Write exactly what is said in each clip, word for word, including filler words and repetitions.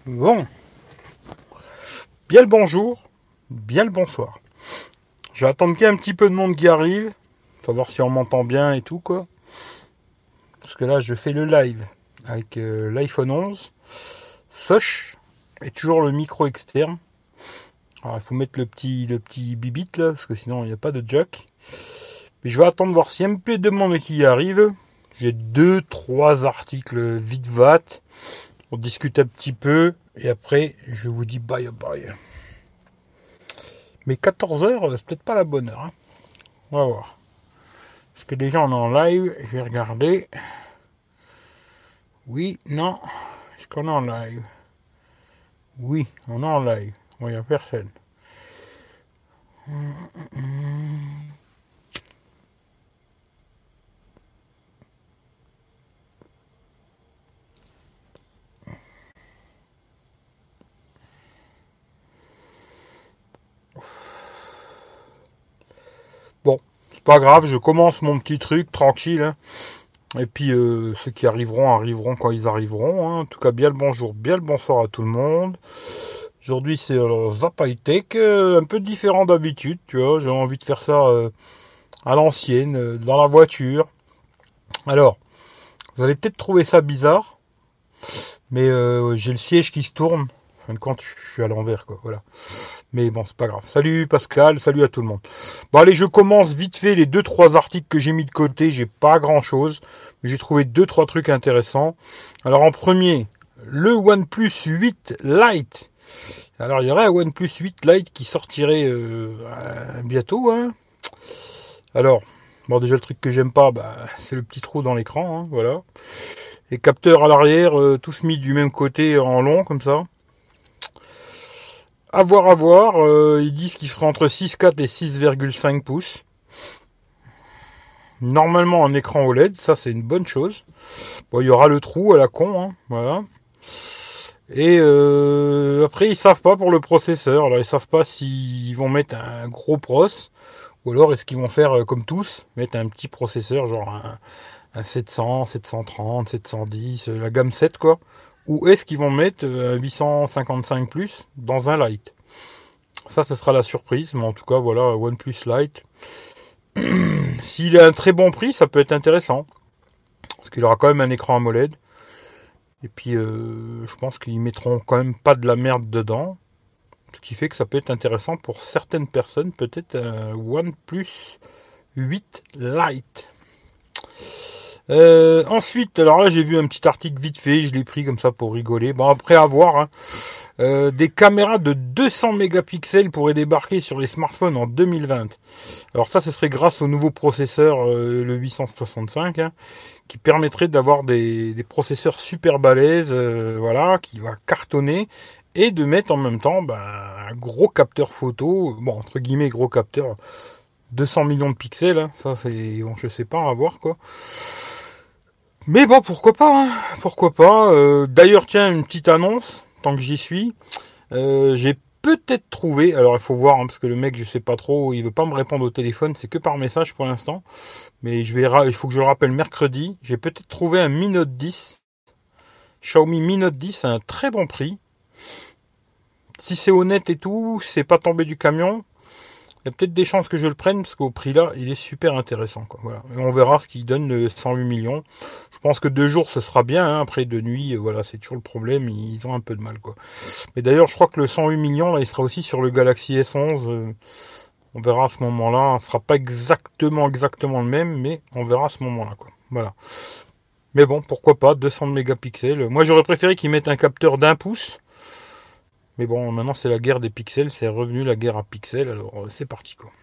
Bon, bien le bonjour, bien le bonsoir. Je vais attendre qu'il y ait un petit peu de monde qui arrive, pour voir si on m'entend bien et tout quoi. Parce que là je fais le live avec euh, l'iPhone onze, Soch, et toujours le micro externe. Alors il faut mettre le petit, le petit bibit là, parce que sinon il n'y a pas de jack. Mais je vais attendre voir s'il y a un peu de monde qui arrive. J'ai deux, trois articles vite vat. On discute un petit peu et après je vous dis bye bye. Mais quatorze heures, c'est peut-être pas la bonne heure. Hein. On va voir. Parce que déjà on est en live, je vais regarder. Oui, non. Est-ce qu'on est en live? Oui, on est en live. Bon, il n'y a personne. Bon, c'est pas grave, je commence mon petit truc tranquille. Hein. Et puis euh, ceux qui arriveront, arriveront quand ils arriveront. Hein. En tout cas, bien le bonjour, bien le bonsoir à tout le monde. Aujourd'hui, c'est euh, Zap High Tech, euh, un peu différent d'habitude, tu vois. J'ai envie de faire ça euh, à l'ancienne, euh, dans la voiture. Alors, vous allez peut-être trouver ça bizarre, mais euh, j'ai le siège qui se tourne. En fin de compte, je suis à l'envers, quoi. Voilà. Mais bon, c'est pas grave. Salut Pascal, salut à tout le monde. Bon, allez, je commence vite fait les deux trois articles que j'ai mis de côté. J'ai pas grand-chose, mais j'ai trouvé deux trois trucs intéressants. Alors en premier, le OnePlus huit Lite. Alors il y aurait un OnePlus huit Lite qui sortirait euh, bientôt. Hein. Alors, bon déjà le truc que j'aime pas, bah, c'est le petit trou dans l'écran. Hein, voilà. Les capteurs à l'arrière, euh, tous mis du même côté en long comme ça. À voir, à voir. Euh, ils disent qu'il sera entre six virgule quatre et six virgule cinq pouces. Normalement en écran O L E D, ça c'est une bonne chose. Bon, il y aura le trou à la con, hein, voilà. Et euh, après ils savent pas pour le processeur. Alors ils savent pas s'ils vont mettre un gros pros ou alors est-ce qu'ils vont faire euh, comme tous, mettre un petit processeur genre un, un sept cents, sept cent trente, sept cent dix, euh, la gamme sept quoi. Ou est-ce qu'ils vont mettre un huit cent cinquante-cinq plus dans un Lite? Ça, ce sera la surprise. Mais en tout cas, voilà, OnePlus Lite. S'il a un très bon prix, ça peut être intéressant. Parce qu'il aura quand même un écran AMOLED. Et puis, euh, je pense qu'ils mettront quand même pas de la merde dedans. Ce qui fait que ça peut être intéressant pour certaines personnes. Peut-être un OnePlus huit Lite. Euh, ensuite, alors là j'ai vu un petit article vite fait, je l'ai pris comme ça pour rigoler. Bon après à voir, hein. euh, des caméras de deux cents mégapixels pourraient débarquer sur les smartphones en deux mille vingt. Alors ça, ce serait grâce au nouveau processeur, euh, le huit cent soixante-cinq, hein, qui permettrait d'avoir des, des processeurs super balèzes, euh, voilà, qui va cartonner et de mettre en même temps bah, un gros capteur photo, bon entre guillemets gros capteur, deux cents millions de pixels, hein, ça c'est, bon je sais pas, à voir quoi. Mais bon, pourquoi pas, hein, pourquoi pas. Euh, d'ailleurs, tiens, une petite annonce, tant que j'y suis. Euh, j'ai peut-être trouvé, alors il faut voir, hein, parce que le mec, je sais pas trop, il veut pas me répondre au téléphone, c'est que par message pour l'instant. Mais je vais, il faut que je le rappelle mercredi. J'ai peut-être trouvé un Mi Note dix. Xiaomi Mi Note dix à un très bon prix. Si c'est honnête et tout, c'est pas tombé du camion. Il y a peut-être des chances que je le prenne, parce qu'au prix là, il est super intéressant. Quoi. Voilà. Et on verra ce qu'il donne le cent huit millions. Je pense que deux jours, ce sera bien. Hein. Après, de nuit, voilà, c'est toujours le problème. Ils ont un peu de mal. Quoi. Mais d'ailleurs, je crois que le cent huit millions, là, il sera aussi sur le Galaxy S onze. Euh, on verra à ce moment-là. Ce sera pas exactement, exactement le même, mais on verra à ce moment-là. Quoi. Voilà. Mais bon, pourquoi pas, deux cents mégapixels. Moi, j'aurais préféré qu'ils mettent un capteur d'un pouce. Mais bon, maintenant c'est la guerre des pixels, c'est revenu la guerre à pixels, alors euh, c'est parti quoi.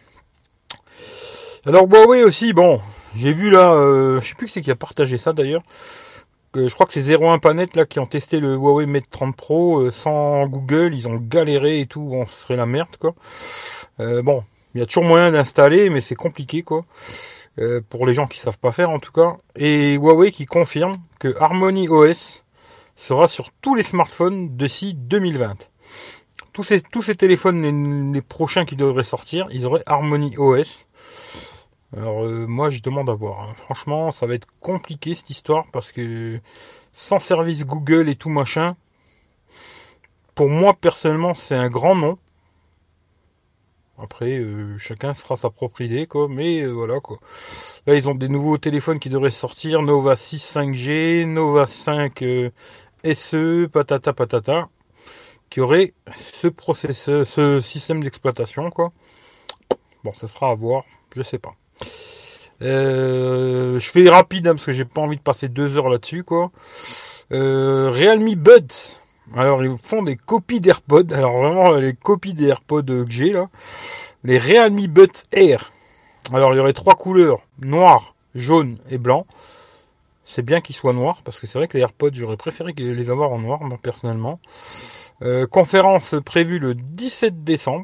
Alors Huawei aussi, bon, j'ai vu là, euh, je sais plus qui c'est qui a partagé ça d'ailleurs. Euh, je crois que c'est zéro un Planet là qui ont testé le Huawei Mate trente Pro euh, sans Google, ils ont galéré et tout, bon, ce serait la merde quoi. Euh, bon, il y a toujours moyen d'installer, mais c'est compliqué quoi. Euh, pour les gens qui savent pas faire en tout cas. Et Huawei qui confirme que Harmony O S sera sur tous les smartphones d'ici deux mille vingt. Tous ces, tous ces téléphones, les, les prochains qui devraient sortir, ils auraient Harmony O S. Alors euh, moi je demande à voir. Hein. Franchement, ça va être compliqué cette histoire parce que sans service Google et tout machin, pour moi, personnellement, c'est un grand nom. Après, euh, chacun se fera sa propre idée, quoi. Mais euh, voilà, quoi. Là, ils ont des nouveaux téléphones qui devraient sortir. Nova six cinq G, Nova cinq euh, S E, patata patata, qui aurait ce processeur, ce système d'exploitation, quoi. Bon, ça sera à voir. Je sais pas. Euh, je fais rapide, hein, parce que j'ai pas envie de passer deux heures là-dessus, quoi. Euh, Realme Buds. Alors, ils font des copies d'AirPods. Alors, vraiment, les copies des AirPods que j'ai, là. Les Realme Buds Air. Alors, il y aurait trois couleurs. Noir, jaune et blanc. C'est bien qu'ils soient noirs, parce que c'est vrai que les AirPods, j'aurais préféré les avoir en noir, moi, personnellement. Euh, conférence prévue le dix-sept décembre.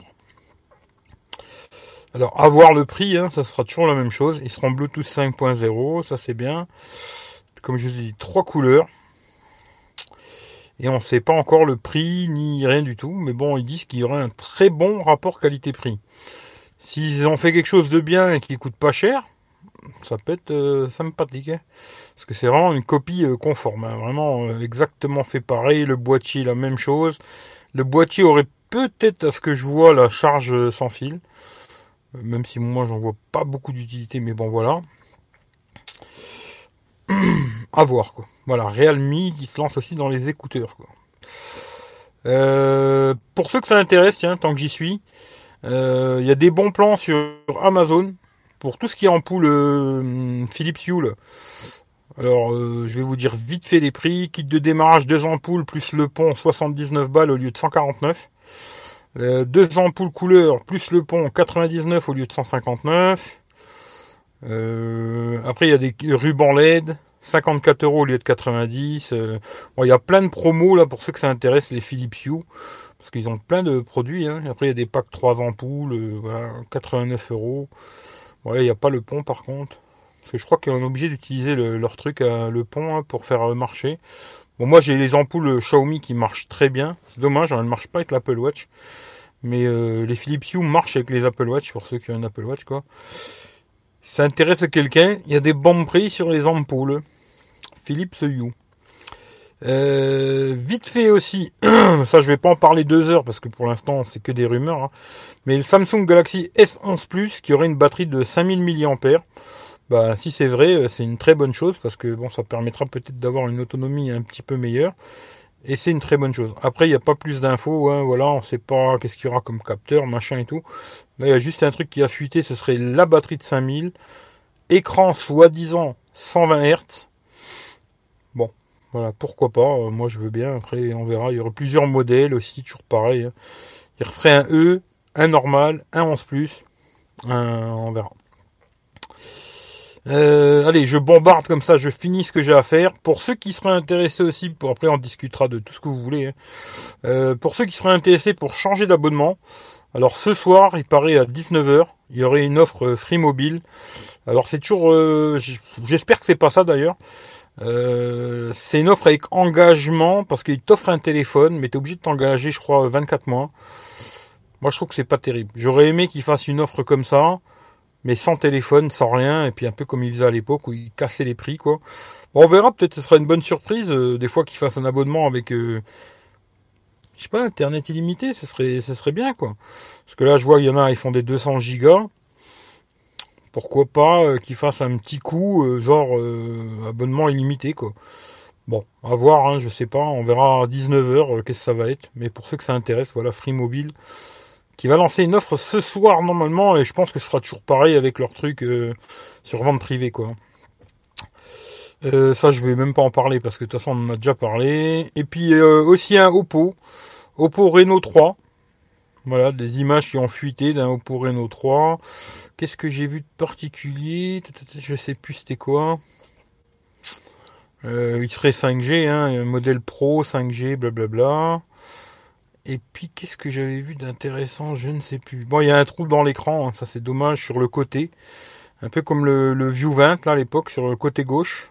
Alors, à voir le prix, hein, ça sera toujours la même chose. Ils seront Bluetooth cinq point zéro, ça c'est bien. Comme je vous ai dit, trois couleurs. Et on ne sait pas encore le prix, ni rien du tout. Mais bon, ils disent qu'il y aurait un très bon rapport qualité-prix. S'ils ont fait quelque chose de bien et qui coûte pas cher, ça peut être euh, sympathique. Hein, parce que c'est vraiment une copie euh, conforme. Hein, vraiment euh, exactement fait pareil. Le boîtier, la même chose. Le boîtier aurait peut-être, à ce que je vois, la charge euh, sans fil. Même si moi, j'en vois pas beaucoup d'utilité. Mais bon, voilà. À voir, quoi. Voilà, Realme qui se lance aussi dans les écouteurs, quoi. Euh, pour ceux que ça intéresse, tiens, tant que j'y suis, il euh, y a des bons plans sur Amazon pour tout ce qui est ampoule euh, Philips Hue. Alors, euh, je vais vous dire vite fait les prix. Kit de démarrage, deux ampoules plus le pont, soixante-dix-neuf balles au lieu de cent quarante-neuf. Euh, deux ampoules couleur plus le pont, quatre-vingt-dix-neuf au lieu de cent cinquante-neuf. Euh, après, il y a des rubans L E D. cinquante-quatre euros au lieu de quatre-vingt-dix. Euh, bon, il y a plein de promos là pour ceux que ça intéresse, les Philips Hue, parce qu'ils ont plein de produits. Hein. Après, il y a des packs trois ampoules, euh, voilà, quatre-vingt-neuf euros. Voilà, il n'y a pas le pont par contre. Parce que je crois qu'on est obligé d'utiliser le, leur truc, à, le pont, hein, pour faire marcher. Bon, moi j'ai les ampoules Xiaomi qui marchent très bien. C'est dommage, elles ne marchent pas avec l'Apple Watch. Mais euh, les Philips Hue marchent avec les Apple Watch, pour ceux qui ont un Apple Watch, quoi. Si ça intéresse quelqu'un, il y a des bons prix sur les ampoules Philips Hue. Euh, vite fait aussi, ça je vais pas en parler deux heures parce que pour l'instant c'est que des rumeurs, hein. Mais le Samsung Galaxy S onze Plus qui aurait une batterie de cinq mille milliampères, bah si c'est vrai, c'est une très bonne chose parce que bon, ça permettra peut-être d'avoir une autonomie un petit peu meilleure et c'est une très bonne chose. Après il n'y a pas plus d'infos, hein, voilà, on sait pas qu'est-ce qu'il y aura comme capteur, machin et tout. Là il y a juste un truc qui a fuité, ce serait la batterie de cinq mille, écran soi-disant cent vingt hertz. Bon, voilà, pourquoi pas, euh, moi je veux bien, après on verra, il y aura plusieurs modèles aussi, toujours pareil. Hein. Il referait un E, un normal, un onze plus, un, on verra. Euh, allez, je bombarde comme ça, je finis ce que j'ai à faire. Pour ceux qui seraient intéressés aussi, pour, après on discutera de tout ce que vous voulez. Hein. Euh, pour ceux qui seraient intéressés pour changer d'abonnement, alors ce soir, il paraît à dix-neuf heures, il y aurait une offre Free Mobile. Alors c'est toujours, euh, j'espère que c'est pas ça d'ailleurs. Euh, c'est une offre avec engagement parce qu'il t'offre un téléphone, mais t'es obligé de t'engager, je crois, vingt-quatre mois. Moi, je trouve que c'est pas terrible. J'aurais aimé qu'il fasse une offre comme ça, mais sans téléphone, sans rien, et puis un peu comme il faisait à l'époque où il cassait les prix, quoi. Bon, on verra. Peut-être que ce sera une bonne surprise. Euh, des fois, qu'il fasse un abonnement avec, euh, je sais pas, Internet illimité, ce serait, ce serait bien, quoi. Parce que là, je vois, il y en a, ils font des deux cents gigas. Pourquoi pas euh, qu'ils fassent un petit coup, euh, genre euh, abonnement illimité, quoi. Bon, à voir, hein, je sais pas, on verra à dix-neuf heures euh, qu'est-ce que ça va être. Mais pour ceux que ça intéresse, voilà, Free Mobile, qui va lancer une offre ce soir normalement, et je pense que ce sera toujours pareil avec leur truc euh, sur vente privée, quoi. Euh, ça, je vais même pas en parler parce que de toute façon, on en a déjà parlé. Et puis euh, aussi un Oppo, Oppo Reno trois. Voilà, des images qui ont fuité d'un Oppo Reno trois. Qu'est-ce que j'ai vu de particulier? Je sais plus c'était quoi. Euh, il serait cinq G, hein, un modèle Pro, cinq G, blablabla. Et puis, qu'est-ce que j'avais vu d'intéressant? Je ne sais plus. Bon, il y a un trou dans l'écran, hein, ça c'est dommage, sur le côté. Un peu comme le, le View vingt, là, à l'époque, sur le côté gauche.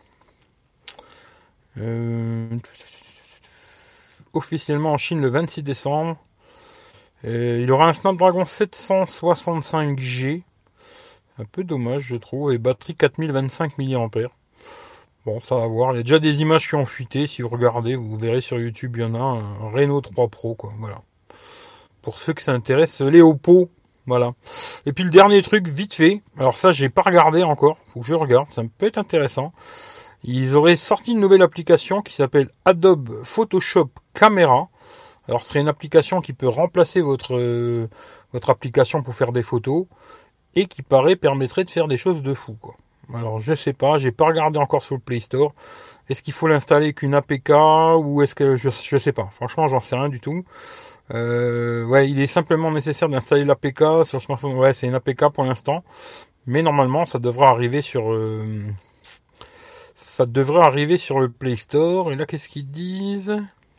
Euh, officiellement en Chine le vingt-six décembre. Euh, il aura un Snapdragon sept cent soixante-cinq G. Un peu dommage, je trouve. Et batterie quatre mille vingt-cinq milliampères. Bon, ça va voir. Il y a déjà des images qui ont fuité. Si vous regardez, vous verrez sur YouTube, il y en a un Reno trois Pro, quoi. Voilà. Pour ceux que ça intéresse, les Oppo. Voilà. Et puis le dernier truc, vite fait. Alors ça, j'ai pas regardé encore. Faut que je regarde. Ça peut être intéressant. Ils auraient sorti une nouvelle application qui s'appelle Adobe Photoshop Camera. Alors, ce serait une application qui peut remplacer votre, euh, votre application pour faire des photos et qui, paraît, permettrait de faire des choses de fou, quoi. Alors, je sais pas, j'ai pas regardé encore sur le Play Store. Est-ce qu'il faut l'installer qu'une A P K ou est-ce que je, je sais pas. Franchement, j'en sais rien du tout. Euh, ouais, il est simplement nécessaire d'installer l'A P K sur le smartphone. Ouais, c'est une A P K pour l'instant, mais normalement, ça devrait arriver sur euh, ça devrait arriver sur le Play Store. Et là, qu'est-ce qu'ils disent?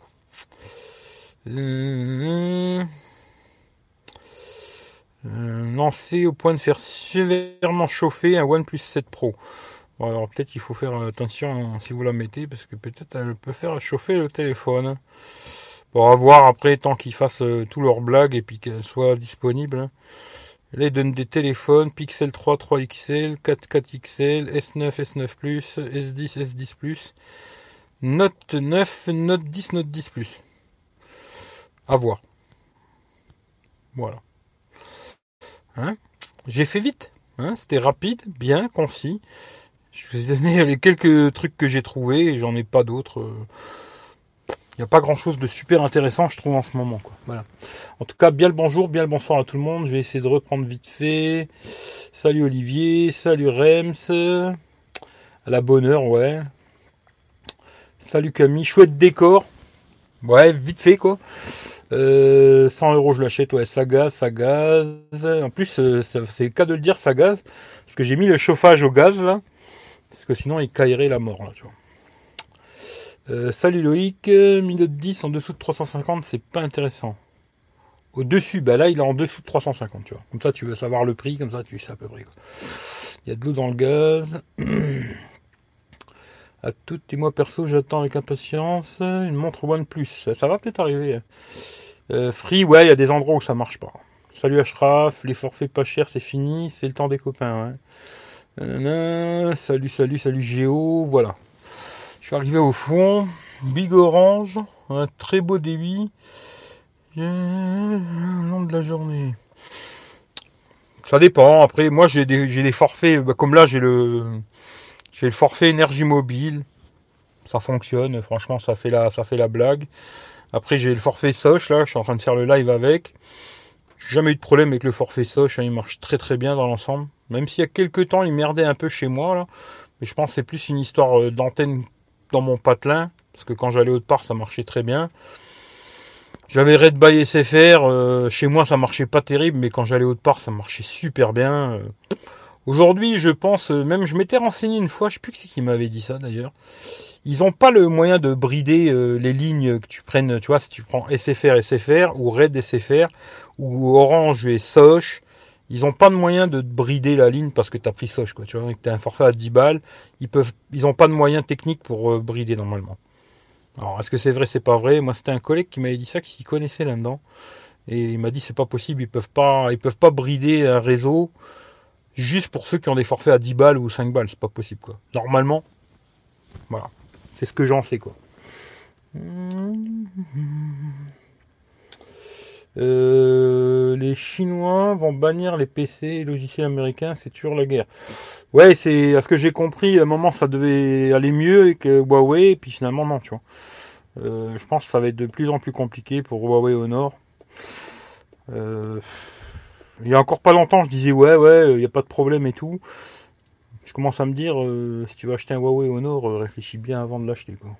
Euh, euh, lancé au point de faire sévèrement chauffer un OnePlus sept Pro. Bon, alors peut-être il faut faire attention si vous la mettez, parce que peut-être elle peut faire chauffer le téléphone. Bon, à voir après, tant qu'ils fassent euh, tous leurs blagues et puis qu'elle soit disponible. Là, ils donnent des téléphones, Pixel trois, trois X L, quatre, quatre X L, S neuf, S neuf Plus, S dix, S dix Plus, Note neuf, Note dix, Note dix Plus. À voir. Voilà. Hein, j'ai fait vite. Hein, c'était rapide, bien, concis. Je vous ai donné les quelques trucs que j'ai trouvés et j'en ai pas d'autres. Il n'y a pas grand chose de super intéressant, je trouve, en ce moment, quoi. Voilà. En tout cas, bien le bonjour, bien le bonsoir à tout le monde. Je vais essayer de reprendre vite fait. Salut Olivier, salut Rems. À la bonne heure, ouais. Salut Camille, chouette décor. Ouais, vite fait, quoi. Euh, cent euros, je l'achète, ouais, ça gaz, ça gaz. En plus, euh, c'est le cas de le dire, ça gaz. Parce que j'ai mis le chauffage au gaz, là. Parce que sinon, il caillerait la mort, là, tu vois. Euh, salut Loïc, Minute dix en dessous de trois cent cinquante, c'est pas intéressant. Au-dessus, bah là il est en dessous de trois cent cinquante, tu vois. Comme ça tu veux savoir le prix, comme ça tu sais à peu près, quoi. Il y a de l'eau dans le gaz. À toutes et moi perso, j'attends avec impatience une montre OnePlus. Ça, ça va peut-être arriver. Euh, Free, ouais, il y a des endroits où ça marche pas. Salut Ashraf, les forfaits pas chers, c'est fini, c'est le temps des copains, ouais. Nanana, salut, salut, salut Géo, voilà. Je suis arrivé au fond, Big Orange, un très beau débit, le long de la journée. Ça dépend. Après, moi, j'ai des, j'ai des forfaits, bah, comme là, j'ai le, j'ai le forfait énergie mobile. Ça fonctionne. Franchement, ça fait la, ça fait la blague. Après, j'ai le forfait Soch, là. Je suis en train de faire le live avec. J'ai jamais eu de problème avec le forfait Soch. Hein, il marche très très bien dans l'ensemble. Même s'il y a quelques temps, il merdait un peu chez moi, là. Mais je pense que c'est plus une histoire d'antenne dans mon patelin, parce que quand j'allais autre part ça marchait très bien. J'avais Red by S F R, euh, chez moi ça marchait pas terrible, mais quand j'allais autre part ça marchait super bien. Euh, aujourd'hui je pense, euh, même je m'étais renseigné une fois, je sais plus qui m'avait dit ça d'ailleurs, ils ont pas le moyen de brider euh, les lignes que tu prennes, tu vois, si tu prends S F R, S F R, ou Red S F R, ou Orange et Soch. Ils n'ont pas de moyen de brider la ligne parce que tu as pris Soch, quoi. Tu vois, que tu as un forfait à dix balles. Ils peuvent, ils n'ont pas de moyen technique pour euh, brider normalement. Alors, est-ce que c'est vrai, c'est pas vrai? Moi, c'était un collègue qui m'avait dit ça, qui s'y connaissait là-dedans. Et il m'a dit, c'est pas possible, ils peuvent pas, ils peuvent pas brider un réseau juste pour ceux qui ont des forfaits à dix balles ou cinq balles. C'est pas possible, quoi. Normalement, voilà. C'est ce que j'en sais, quoi. Euh, les Chinois vont bannir les P C et logiciels américains, c'est toujours la guerre. Ouais, c'est à ce que j'ai compris, à un moment ça devait aller mieux avec Huawei, et puis finalement non, tu vois. Euh, je pense que ça va être de plus en plus compliqué pour Huawei au nord. Euh, il y a encore pas longtemps, je disais ouais, ouais, il n'y a pas de problème et tout. Je commence à me dire, euh, si tu veux acheter un Huawei au nord, euh, réfléchis bien avant de l'acheter, quoi.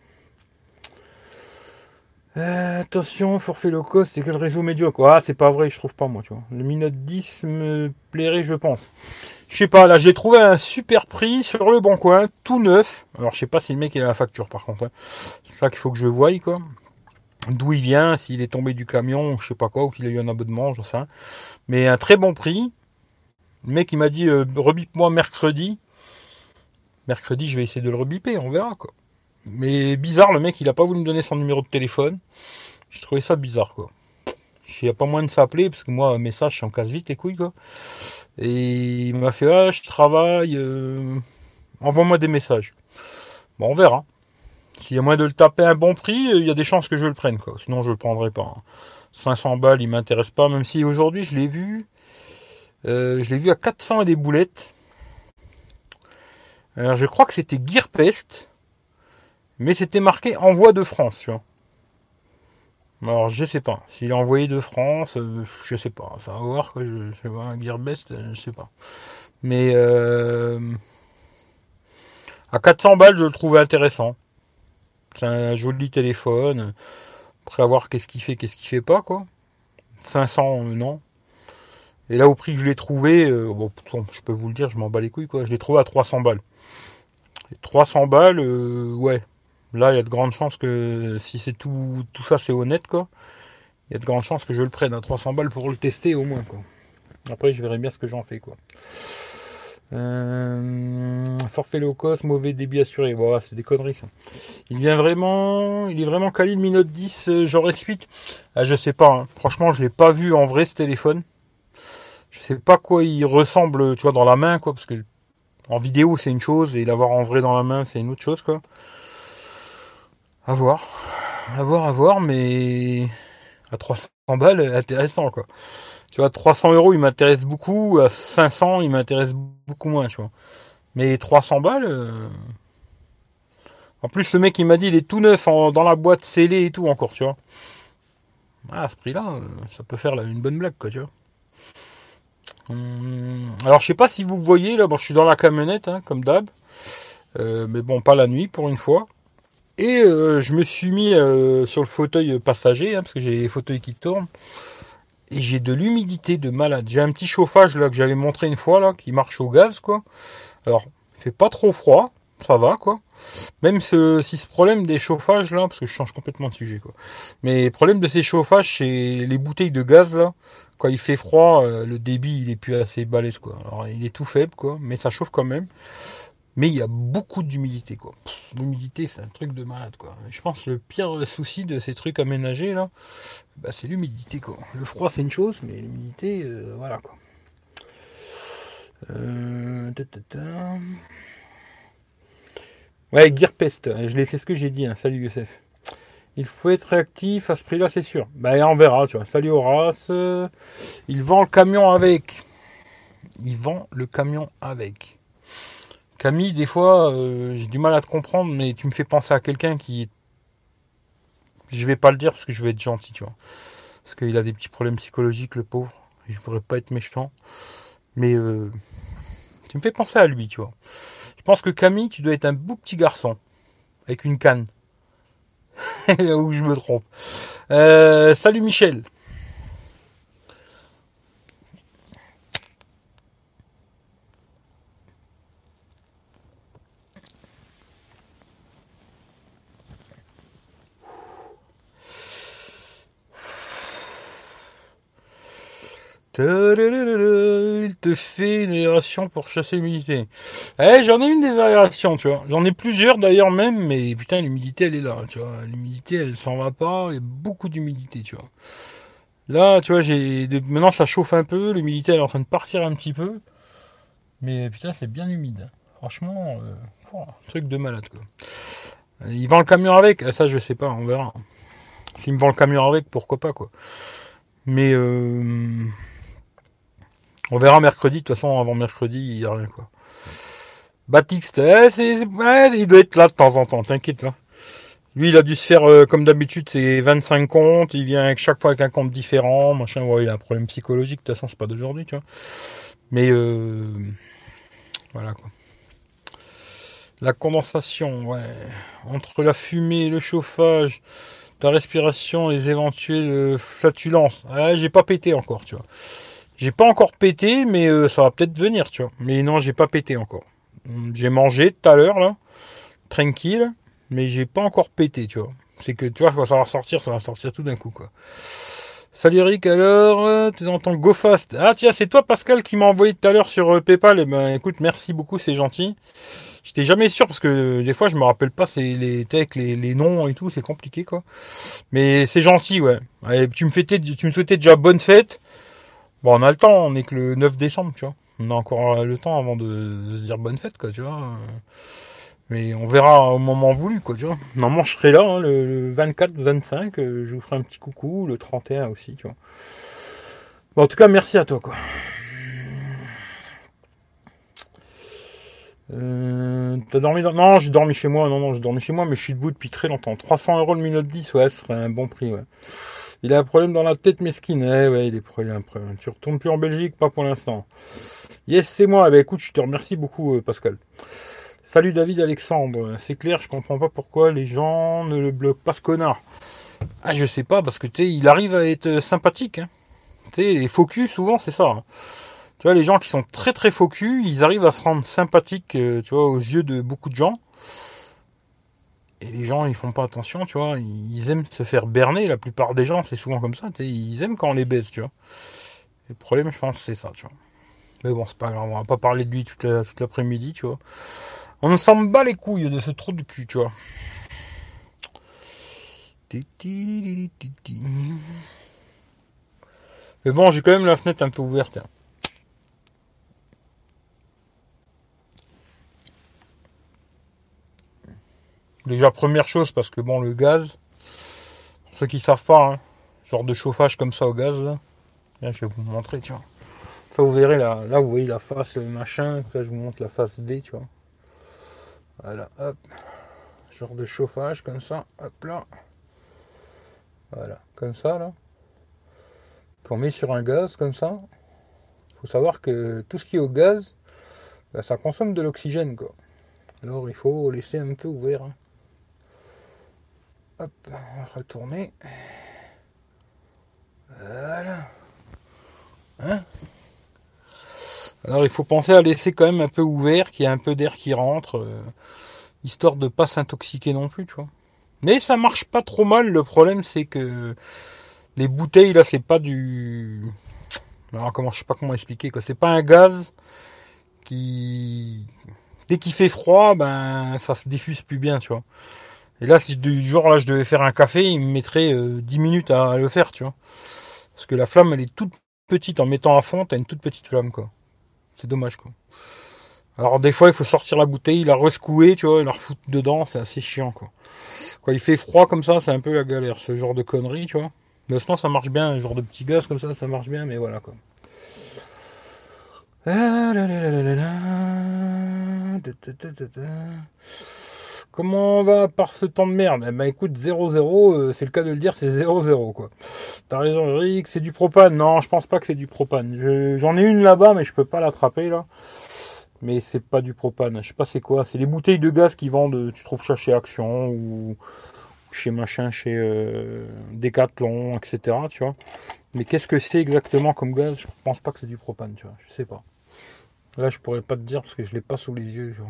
Euh, attention, forfait low cost, c'est quel réseau médiocre? Ah, c'est pas vrai, je trouve pas, moi, tu vois. Le Mi Note dix me plairait, je pense. Je sais pas, là, j'ai trouvé un super prix sur le bon coin, tout neuf. Alors, je sais pas si le mec il a la facture, par contre. Hein. C'est ça qu'il faut que je voie, quoi. D'où il vient, s'il est tombé du camion, ou je sais pas quoi, ou qu'il a eu un abonnement, j'en sais rien. Mais un très bon prix. Le mec, il m'a dit, euh, rebip-moi mercredi. Mercredi, je vais essayer de le rebiper, on verra, quoi. Mais bizarre, le mec, il a pas voulu me donner son numéro de téléphone. J'ai trouvé ça bizarre, quoi. Il n'y a pas moyen de s'appeler, parce que moi, un message, ça me casse vite les couilles, quoi. Et il m'a fait, ah, je travaille, euh... envoie-moi des messages. Bon, on verra. S'il y a moyen de le taper à un bon prix, il y a des chances que je le prenne, quoi. Sinon, je le prendrai pas. Hein. cinq cents balles, il m'intéresse pas, même si aujourd'hui, je l'ai vu, euh, je l'ai vu à quatre cents et des boulettes. Alors, je crois que c'était Gearpest, mais c'était marqué Envoi de France, tu vois. Alors, je sais pas. S'il est envoyé de France, euh, je sais pas. Ça va voir, quoi. Je, je sais pas. Gearbest, euh, je sais pas. Mais, euh, à quatre cents balles, je le trouvais intéressant. C'est un joli téléphone. Après, à voir qu'est-ce qu'il fait, qu'est-ce qu'il fait pas, quoi. cinq cents, euh, non. Et là, au prix que je l'ai trouvé, euh, bon, je peux vous le dire, je m'en bats les couilles, quoi. Je l'ai trouvé à trois cents balles. Et trois cents balles, euh, ouais. Là, il y a de grandes chances que, si c'est tout, tout ça, c'est honnête, quoi. Il y a de grandes chances que je le prenne à trois cents balles pour le tester, au moins, quoi. Après, je verrai bien ce que j'en fais, quoi. Euh, forfait low cost, mauvais débit assuré. Voilà, c'est des conneries, ça. Il vient vraiment, il est vraiment quali le Mi Note dix, euh, genre S huit. Ah, je sais pas, hein. Franchement, je l'ai pas vu en vrai, ce téléphone. Je sais pas quoi il ressemble, tu vois, dans la main, quoi, parce que en vidéo c'est une chose et l'avoir en vrai dans la main c'est une autre chose, quoi. À voir, à voir, à voir, mais à trois cents balles, intéressant, quoi. Tu vois, trois cents euros il m'intéresse beaucoup, à cinq cents il m'intéresse beaucoup moins, tu vois. Mais trois cents balles. Euh... En plus le mec il m'a dit il est tout neuf en, dans la boîte scellée et tout encore, tu vois. Ah, à ce prix-là, euh, ça peut faire là, une bonne blague, quoi, tu vois. Hum, alors je sais pas si vous voyez là, bon je suis dans la camionnette hein, comme d'hab, euh, mais bon pas la nuit pour une fois. Et euh, je me suis mis euh, sur le fauteuil passager hein, parce que j'ai les fauteuils qui tournent et j'ai de l'humidité de malade. J'ai un petit chauffage là que j'avais montré une fois là qui marche au gaz, quoi. Alors il fait pas trop froid, ça va, quoi. Même ce, si ce problème des chauffages là, parce que je change complètement de sujet, quoi. Mais le problème de ces chauffages, c'est les bouteilles de gaz là. Quand il fait froid, euh, le débit il est plus assez balèze, quoi. Alors il est tout faible, quoi, mais ça chauffe quand même. Mais il y a beaucoup d'humidité, quoi. Pff, l'humidité c'est un truc de malade, quoi. Je pense que le pire souci de ces trucs aménagés là, bah, c'est l'humidité, quoi. Le froid c'est une chose, mais l'humidité, euh, voilà, quoi. Euh... ta, ta, ta. Ouais, Gearpest, je l'ai, c'est ce que j'ai dit, hein. Salut Youssef. Il faut être réactif à ce prix-là, c'est sûr. Bah, on verra, tu vois. Salut Horace. Il vend le camion avec. Il vend le camion avec. Camille, des fois, euh, j'ai du mal à te comprendre, mais tu me fais penser à quelqu'un qui... Je vais pas le dire parce que je vais être gentil, tu vois. Parce qu'il a des petits problèmes psychologiques, le pauvre. Et je voudrais pas être méchant. Mais euh, tu me fais penser à lui, tu vois. Je pense que Camille, tu dois être un beau petit garçon. Avec une canne. Ou je me trompe. Euh, salut Michel. Il te fait une aération pour chasser l'humidité. Eh, j'en ai une des aérations, tu vois. J'en ai plusieurs d'ailleurs même, mais putain, l'humidité elle est là, tu vois. L'humidité elle s'en va pas, il y a beaucoup d'humidité, tu vois. Là, tu vois, j'ai maintenant ça chauffe un peu, l'humidité elle est en train de partir un petit peu, mais putain, c'est bien humide. Franchement, euh, oh, truc de malade, quoi. Il vend le camion avec, ça je sais pas, on verra. S'il me vend le camion avec, pourquoi pas, quoi. Mais euh, on verra mercredi, de toute façon avant mercredi il n'y a rien, quoi. Batix, eh, c'est, ouais, il doit être là de temps en temps, t'inquiète là. Lui il a dû se faire euh, comme d'habitude ses vingt-cinq comptes, il vient avec chaque fois avec un compte différent, machin, ouais, il a un problème psychologique, de toute façon c'est pas d'aujourd'hui, tu vois. Mais euh, voilà, quoi. La condensation, ouais. Entre la fumée, le chauffage, ta respiration, les éventuelles flatulences. Ah, j'ai pas pété encore, tu vois. J'ai pas encore pété, mais euh, ça va peut-être venir, tu vois. Mais non, j'ai pas pété encore. J'ai mangé tout à l'heure, là, tranquille, mais j'ai pas encore pété, tu vois. C'est que, tu vois, quand ça va sortir, ça va sortir tout d'un coup, quoi. Salut Eric, alors, tu entends Go Fast. Ah tiens, c'est toi Pascal qui m'a envoyé tout à l'heure sur euh, PayPal. Eh ben écoute, merci beaucoup, c'est gentil. J'étais jamais sûr parce que euh, des fois je me rappelle pas c'est les techs, les, les noms et tout, c'est compliqué, quoi. Mais c'est gentil, ouais. Et tu me fêtais, tu me souhaitais déjà bonne fête. Bon, on a le temps, on est que le neuf décembre, tu vois. On a encore le temps avant de, de se dire bonne fête, quoi, tu vois. Mais on verra au moment voulu, quoi, tu vois. Normalement, je serai là, hein, le, le vingt-quatre, vingt-cinq, euh, je vous ferai un petit coucou, le trente et un aussi, tu vois. Bon, en tout cas, merci à toi, quoi. Euh, t'as dormi dans... Non, j'ai dormi chez moi, non, non, j'ai dormi chez moi, mais je suis debout depuis très longtemps. trois cents euros le Mi Note dix, ouais, ce serait un bon prix, ouais. Il a un problème dans la tête mesquine, ouais, ouais, il est il a un problème. Tu retournes plus en Belgique, pas pour l'instant. Yes, c'est moi, bah écoute, je te remercie beaucoup, euh, Pascal. Salut David Alexandre, c'est clair, je comprends pas pourquoi les gens ne le bloquent pas ce connard. Ah, je sais pas, parce que tu sais, il arrive à être sympathique, hein. Tu sais, les faux culs, souvent, c'est ça, hein. Tu vois, les gens qui sont très très faux culs, ils arrivent à se rendre sympathiques, euh, tu vois, aux yeux de beaucoup de gens. Et les gens, ils font pas attention, tu vois, ils aiment se faire berner, la plupart des gens, c'est souvent comme ça, tu sais, ils aiment quand on les baise, tu vois. Et le problème, je pense, c'est ça, tu vois. Mais bon, c'est pas grave, on va pas parler de lui toute, la, toute l'après-midi, tu vois. On ne s'en bat les couilles de ce trou de cul, tu vois. Mais bon, j'ai quand même la fenêtre un peu ouverte. Hein. Déjà, première chose, parce que bon, le gaz, pour ceux qui savent pas, hein, genre de chauffage comme ça au gaz, là, là je vais vous montrer, tu vois. Ça, vous verrez, là, là, vous voyez la face, le machin, là, je vous montre la face D, tu vois. Voilà, hop. Genre de chauffage, comme ça, hop là. Voilà, comme ça, là. Qu'on met sur un gaz, comme ça. Il faut savoir que tout ce qui est au gaz, bah, ça consomme de l'oxygène, quoi. Alors, il faut laisser un peu ouvert. Hein. Hop, on va retourner. Voilà. Hein? Alors, il faut penser à laisser quand même un peu ouvert, qu'il y ait un peu d'air qui rentre, euh, histoire de pas s'intoxiquer non plus, tu vois. Mais ça marche pas trop mal. Le problème, c'est que les bouteilles, là, c'est pas du... Alors, comment, je sais pas comment expliquer, quoi. C'est pas un gaz qui... Dès qu'il fait froid, ben, ça se diffuse plus bien, tu vois. Et là, si du jour là, je devais faire un café, il me mettrait euh, dix minutes à le faire, tu vois. Parce que la flamme, elle est toute petite. En mettant à fond, t'as une toute petite flamme, quoi. C'est dommage, quoi. Alors, des fois, il faut sortir la bouteille, la rescouer, tu vois, et la refoutre dedans. C'est assez chiant, quoi. Quand il fait froid comme ça, c'est un peu la galère, ce genre de conneries, tu vois. Mais sinon, ça marche bien. Un genre de petit gaz comme ça, ça marche bien, mais voilà, quoi. Comment on va par ce temps de merde? Eh ben écoute, zéro zéro, euh, c'est le cas de le dire, c'est zéro zéro quoi. T'as raison Eric, c'est du propane. Non, je pense pas que c'est du propane. Je, j'en ai une là-bas, mais je peux pas l'attraper là. Mais c'est pas du propane. Je sais pas c'est quoi. C'est les bouteilles de gaz qui vendent, tu trouves ça chez Action ou chez machin, chez euh, Decathlon, et cetera. Tu vois. Mais qu'est-ce que c'est exactement comme gaz? Je pense pas que c'est du propane, tu vois. Je sais pas. Là, je pourrais pas te dire parce que je l'ai pas sous les yeux. Tu vois.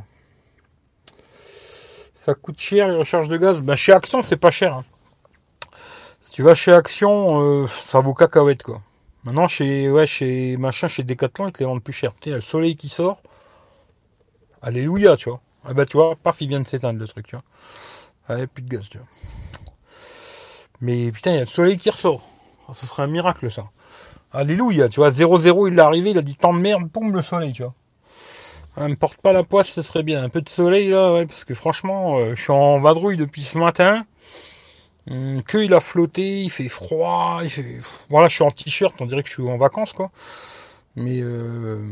Ça coûte cher les recharges de gaz. Ben, chez Action, c'est pas cher. Hein. Si tu vas chez Action, euh, ça vaut cacahuète quoi. Maintenant, chez, ouais, chez machin, chez Decathlon, ils te les vendent plus cher. Tu sais, il y a le soleil qui sort. Alléluia, tu vois. Ah bah, tu vois, paf, il vient de s'éteindre le truc, tu vois. Allez, plus de gaz, tu vois. Mais putain, il y a le soleil qui ressort. Oh, ce serait un miracle, ça. Alléluia, tu vois. zéro zéro, il est arrivé, il a dit tant de merde, boum, le soleil, tu vois. Ne me porte pas la poisse, ce serait bien. Un peu de soleil, là, ouais, parce que franchement, euh, je suis en vadrouille depuis ce matin. Hum, que il a flotté, il fait froid, il fait... Voilà, je suis en t-shirt, on dirait que je suis en vacances, quoi. Mais, euh...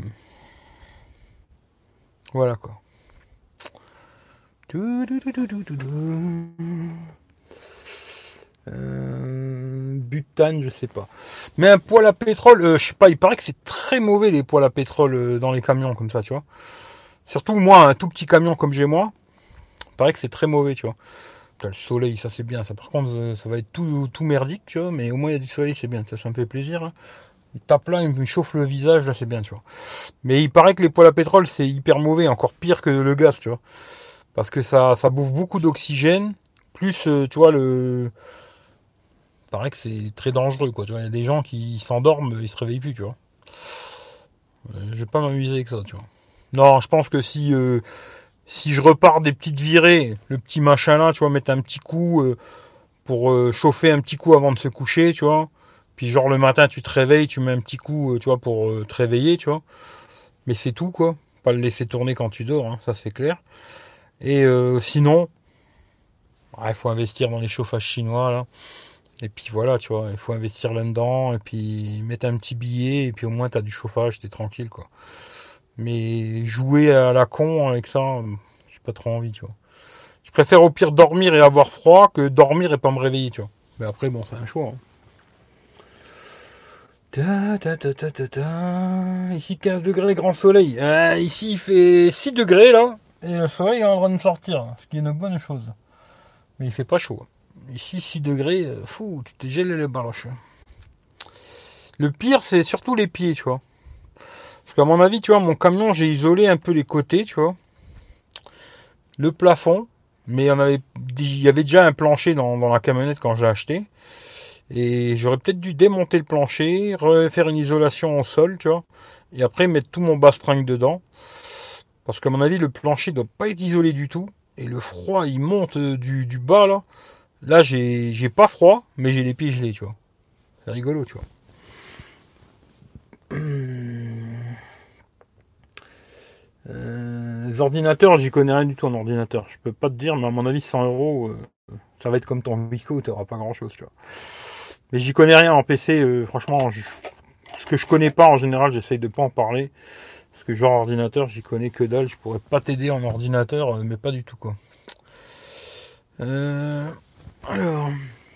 voilà, quoi. Euh, butane, je sais pas. Mais un poêle à pétrole, euh, je sais pas, il paraît que c'est très mauvais les poêles à pétrole euh, dans les camions comme ça, tu vois. Surtout moi, un tout petit camion comme j'ai moi, il paraît que c'est très mauvais, tu vois. T'as le soleil, ça c'est bien. Ça par contre, ça va être tout, tout merdique, tu vois. Mais au moins il y a du soleil, c'est bien. Ça me fait plaisir. Là. Il tape là, il me chauffe le visage, là c'est bien, tu vois. Mais il paraît que les poêles à pétrole c'est hyper mauvais, encore pire que le gaz, tu vois. Parce que ça, ça bouffe beaucoup d'oxygène. Plus, euh, tu vois, le... Il paraît que c'est très dangereux, quoi. Tu vois, il y a des gens qui s'endorment, ils se réveillent plus, tu vois. Euh, je vais pas m'amuser avec ça, tu vois. Non, je pense que si... Euh, si je repars des petites virées, le petit machin là, tu vois, mettre un petit coup euh, pour euh, chauffer un petit coup avant de se coucher, tu vois. Puis genre le matin, tu te réveilles, tu mets un petit coup, euh, tu vois, pour euh, te réveiller, tu vois. Mais c'est tout, quoi. Pas le laisser tourner quand tu dors, hein, ça c'est clair. Et euh, sinon, il faut investir dans les chauffages chinois, là. Et puis voilà, tu vois, il faut investir là-dedans, et puis mettre un petit billet, et puis au moins t'as du chauffage, t'es tranquille, quoi. Mais jouer à la con avec ça, j'ai pas trop envie, tu vois. Je préfère au pire dormir et avoir froid que dormir et pas me réveiller, tu vois. Mais après, bon, c'est un choix. Hein. Ta, ta, ta, ta, ta, ta. Ici quinze degrés, grand soleil. Euh, ici il fait six degrés là, et le soleil est en train de sortir, ce qui est une bonne chose. Mais il fait pas chaud. Ici six degrés, fou, tu t'es gelé les baloches. Le pire c'est surtout les pieds, tu vois. Parce qu'à mon avis, tu vois, mon camion, j'ai isolé un peu les côtés, tu vois. Le plafond, mais on avait, il y avait déjà un plancher dans, dans la camionnette quand j'ai acheté. Et j'aurais peut-être dû démonter le plancher, refaire une isolation au sol, tu vois. Et après mettre tout mon bastringue dedans. Parce qu'à mon avis, le plancher doit pas être isolé du tout. Et le froid, il monte du, du bas, là. Là, j'ai, j'ai pas froid, mais j'ai les pieds gelés, tu vois. C'est rigolo, tu vois. Euh, les ordinateurs, j'y connais rien du tout en ordinateur. Je peux pas te dire, mais à mon avis, cent euros, euh, ça va être comme ton Wico, t'auras pas grand chose, tu vois. Mais j'y connais rien en P C, euh, franchement, je, ce que je connais pas en général, j'essaye de pas en parler. Parce que genre ordinateur, j'y connais que dalle, je pourrais pas t'aider en ordinateur, euh, mais pas du tout, quoi. Euh, alors.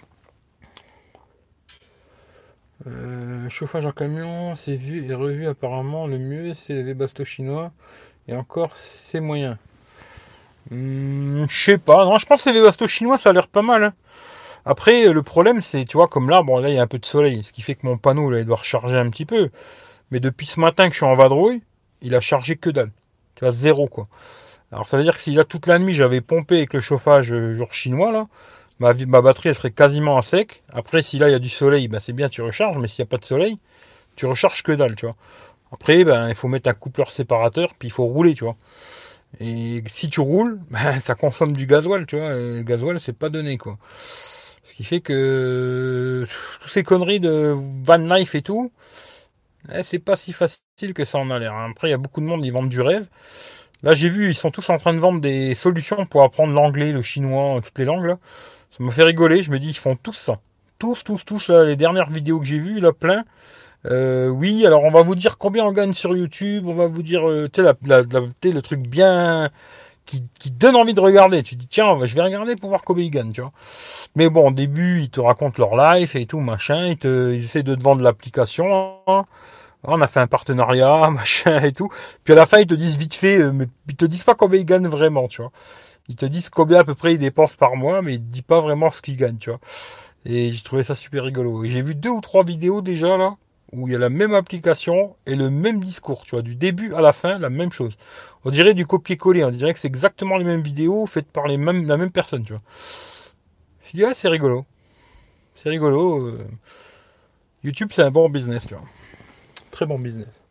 Euh, chauffage en camion, c'est vu et revu apparemment. Le mieux, c'est les Webasto chinois. Et encore, c'est moyen. Hum, je sais pas. Non, je pense que les Webasto chinois, ça a l'air pas mal. Hein. Après, le problème, c'est, tu vois, comme là, bon, là, il y a un peu de soleil. Ce qui fait que mon panneau, là, il doit recharger un petit peu. Mais depuis ce matin que je suis en vadrouille, il a chargé que dalle. Tu vois, zéro, quoi. Alors, ça veut dire que si là, toute la nuit, j'avais pompé avec le chauffage euh, genre chinois, là, ma, ma batterie, elle serait quasiment à sec. Après, si là, il y a du soleil, ben, c'est bien, tu recharges. Mais s'il n'y a pas de soleil, tu recharges que dalle, tu vois. Après, ben, il faut mettre un coupleur séparateur, puis il faut rouler, tu vois. Et si tu roules, ben, ça consomme du gasoil, tu vois. Et le gasoil, c'est pas donné, quoi. Ce qui fait que toutes ces conneries de van life et tout, eh, c'est pas si facile que ça en a l'air. Hein. Après, il y a beaucoup de monde, ils vendent du rêve. Là, j'ai vu, ils sont tous en train de vendre des solutions pour apprendre l'anglais, le chinois, toutes les langues, là. Ça m'a fait rigoler. Je me dis, ils font tous ça. Tous, tous, tous, là, les dernières vidéos que j'ai vues, là, plein. Euh, oui, alors on va vous dire combien on gagne sur YouTube, on va vous dire, euh, tu sais, la, la, la, le truc bien qui, qui donne envie de regarder. Tu dis, tiens, je vais regarder pour voir combien ils gagnent, tu vois. Mais bon, au début, ils te racontent leur life et tout, machin, ils, te, ils essaient de te vendre l'application, hein. On a fait un partenariat, machin et tout. Puis à la fin, ils te disent vite fait, euh, mais ils te disent pas combien ils gagnent vraiment, tu vois. Ils te disent combien à peu près ils dépensent par mois, mais ils te disent pas vraiment ce qu'ils gagnent, tu vois. Et j'ai trouvé ça super rigolo. Et j'ai vu deux ou trois vidéos déjà là, où il y a la même application et le même discours, tu vois, du début à la fin, la même chose. On dirait du copier-coller, on dirait que c'est exactement les mêmes vidéos faites par les mêmes, la même personne, tu vois. Je dis, ah, c'est rigolo. C'est rigolo. Euh... YouTube, c'est un bon business, tu vois. Très bon business.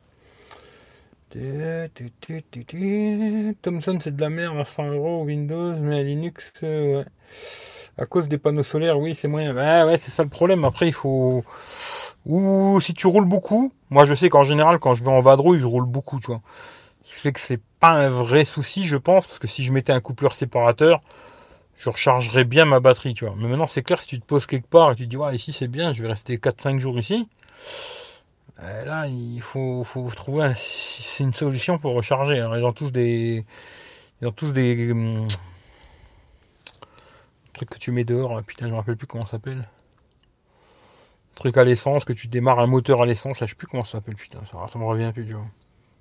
Thomson, c'est de la merde à cent euros. Windows, mais Linux, euh, ouais. À cause des panneaux solaires, oui, c'est moyen. Ouais, ouais, c'est ça le problème. Après, il faut... Ou si tu roules beaucoup, moi je sais qu'en général, quand je vais en vadrouille, je roule beaucoup, tu vois. Ce qui fait que c'est pas un vrai souci, je pense, parce que si je mettais un coupleur séparateur, je rechargerais bien ma batterie, tu vois. Mais maintenant, c'est clair, si tu te poses quelque part et tu te dis, ouais, ici c'est bien, je vais rester quatre cinq jours ici. Euh, là, il faut, faut trouver un, c'est une solution pour recharger. Alors, ils ont tous des, ils ont tous des hum, trucs que tu mets dehors. Là. Putain, je me rappelle plus comment ça s'appelle. Truc à l'essence, que tu démarres un moteur à l'essence. Là, je sais plus comment ça s'appelle. Putain, ça, ça me revient plus, tu vois.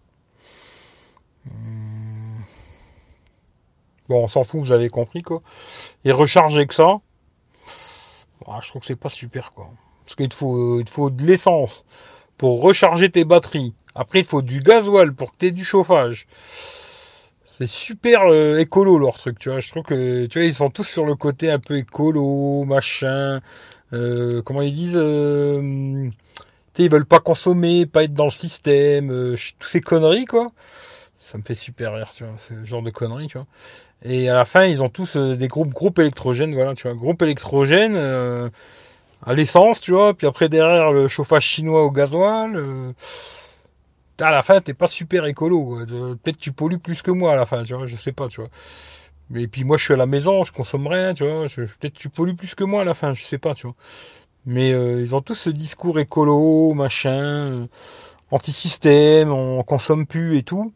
Hum. Bon, on s'en fout, vous avez compris, quoi. Et recharger que ça, bah, je trouve que c'est pas super, quoi. Parce qu'il te faut, il te faut de l'essence pour recharger tes batteries. Après, il faut du gasoil pour que tu aies du chauffage. C'est super euh, écolo, leur truc, tu vois. Je trouve que, tu vois, ils sont tous sur le côté un peu écolo, machin. Euh, comment ils disent euh, tu sais, ils veulent pas consommer, pas être dans le système. Euh, toutes ces conneries, quoi. Ça me fait super rire, tu vois. Ce genre de conneries, tu vois. Et à la fin, ils ont tous euh, des groupes, groupes électrogènes, voilà, tu vois. Groupe électrogène... Euh, à l'essence, tu vois, puis après derrière le chauffage chinois au gasoil, euh, à la fin, t'es pas super écolo, quoi. Peut-être tu pollues plus que moi à la fin, tu vois, je sais pas, tu vois. Mais puis moi, je suis à la maison, je consomme rien, tu vois. Je, peut-être tu pollues plus que moi à la fin, je sais pas, tu vois. Mais euh, ils ont tous ce discours écolo, machin, euh, anti-système, on consomme plus et tout.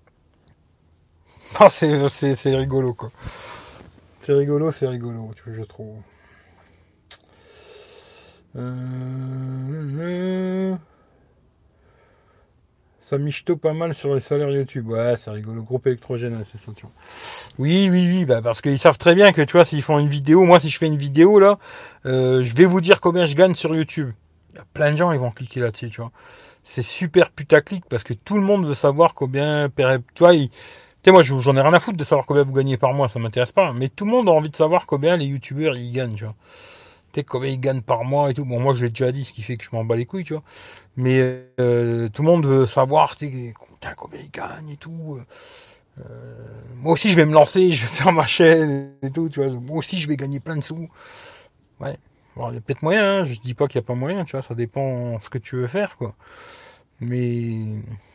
Ah, c'est, c'est, c'est rigolo, quoi. C'est rigolo, c'est rigolo, tu vois, je trouve. Euh... Ça michto pas mal sur les salaires YouTube. Ouais, c'est rigolo. Groupe électrogène, ouais, c'est ça, tu vois. Oui, oui, oui, bah parce qu'ils savent très bien que, tu vois, s'ils font une vidéo, moi, si je fais une vidéo, là, euh, je vais vous dire combien je gagne sur YouTube. Il y a plein de gens, ils vont cliquer là-dessus, tu vois. C'est super putaclic parce que tout le monde veut savoir combien, tu vois, il... tu sais, moi, j'en ai rien à foutre de savoir combien vous gagnez par mois, ça m'intéresse pas. Mais tout le monde a envie de savoir combien les youtubeurs, ils gagnent, tu vois. Tu sais, combien ils gagnent par mois et tout. Bon, moi, je l'ai déjà dit, ce qui fait que je m'en bats les couilles, tu vois. Mais euh, tout le monde veut savoir, tu sais, combien ils gagnent et tout. Euh, moi aussi, je vais me lancer, je vais faire ma chaîne et tout, tu vois. Moi aussi, je vais gagner plein de sous. Ouais. Bon, il y a peut-être moyen, hein. Je dis pas qu'il n'y a pas moyen, tu vois. Ça dépend ce que tu veux faire, quoi. Mais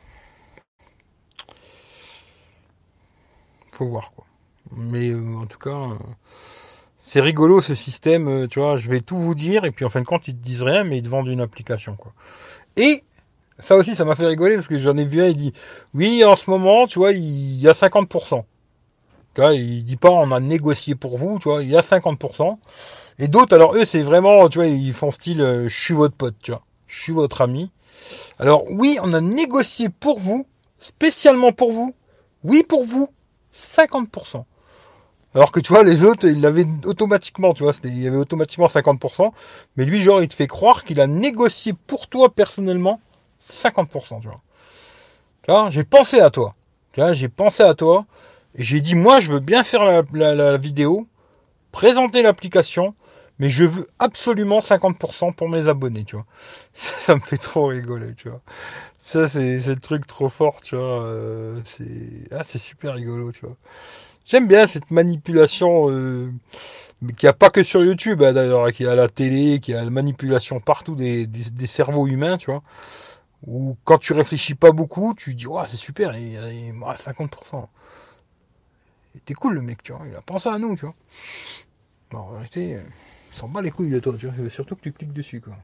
faut voir, quoi. Mais euh, en tout cas, euh, c'est rigolo ce système, euh, tu vois. Je vais tout vous dire et puis en fin de compte, ils te disent rien, mais ils te vendent une application, quoi. Et ça aussi, ça m'a fait rigoler parce que j'en ai vu un, il dit oui, en ce moment, tu vois, il y a cinquante pour cent. Tu vois, il dit pas on a négocié pour vous, tu vois, il y a cinquante pour cent. Et d'autres, alors eux, c'est vraiment, tu vois, ils font style euh, je suis votre pote, tu vois, je suis votre ami. Alors oui, on a négocié pour vous, spécialement pour vous, oui pour vous, cinquante pour cent. Alors que tu vois, les autres, ils l'avaient automatiquement, tu vois, c'était, il y avait automatiquement cinquante pour cent. Mais lui, genre, il te fait croire qu'il a négocié pour toi personnellement cinquante pour cent, tu vois. Tu vois, j'ai pensé à toi. Tu vois, j'ai pensé à toi. Et j'ai dit, moi, je veux bien faire la, la, la vidéo, présenter l'application, mais je veux absolument cinquante pour cent pour mes abonnés, tu vois. Ça, ça me fait trop rigoler, tu vois. Ça, c'est, c'est le truc trop fort, tu vois. Euh, c'est, ah, c'est super rigolo, tu vois. J'aime bien cette manipulation, euh, mais qu'il n'y a pas que sur YouTube, hein, d'ailleurs, qu'il y a à la télé, qu'il y a la manipulation partout des, des, des cerveaux humains, tu vois. Ou quand tu réfléchis pas beaucoup, tu dis, ouais, c'est super, et, et, ouais, cinquante pour cent. T'es cool le mec, tu vois, il a pensé à nous, tu vois. Bon, en vérité, euh, il s'en bat les couilles de toi, tu vois, il veut surtout que tu cliques dessus, quoi.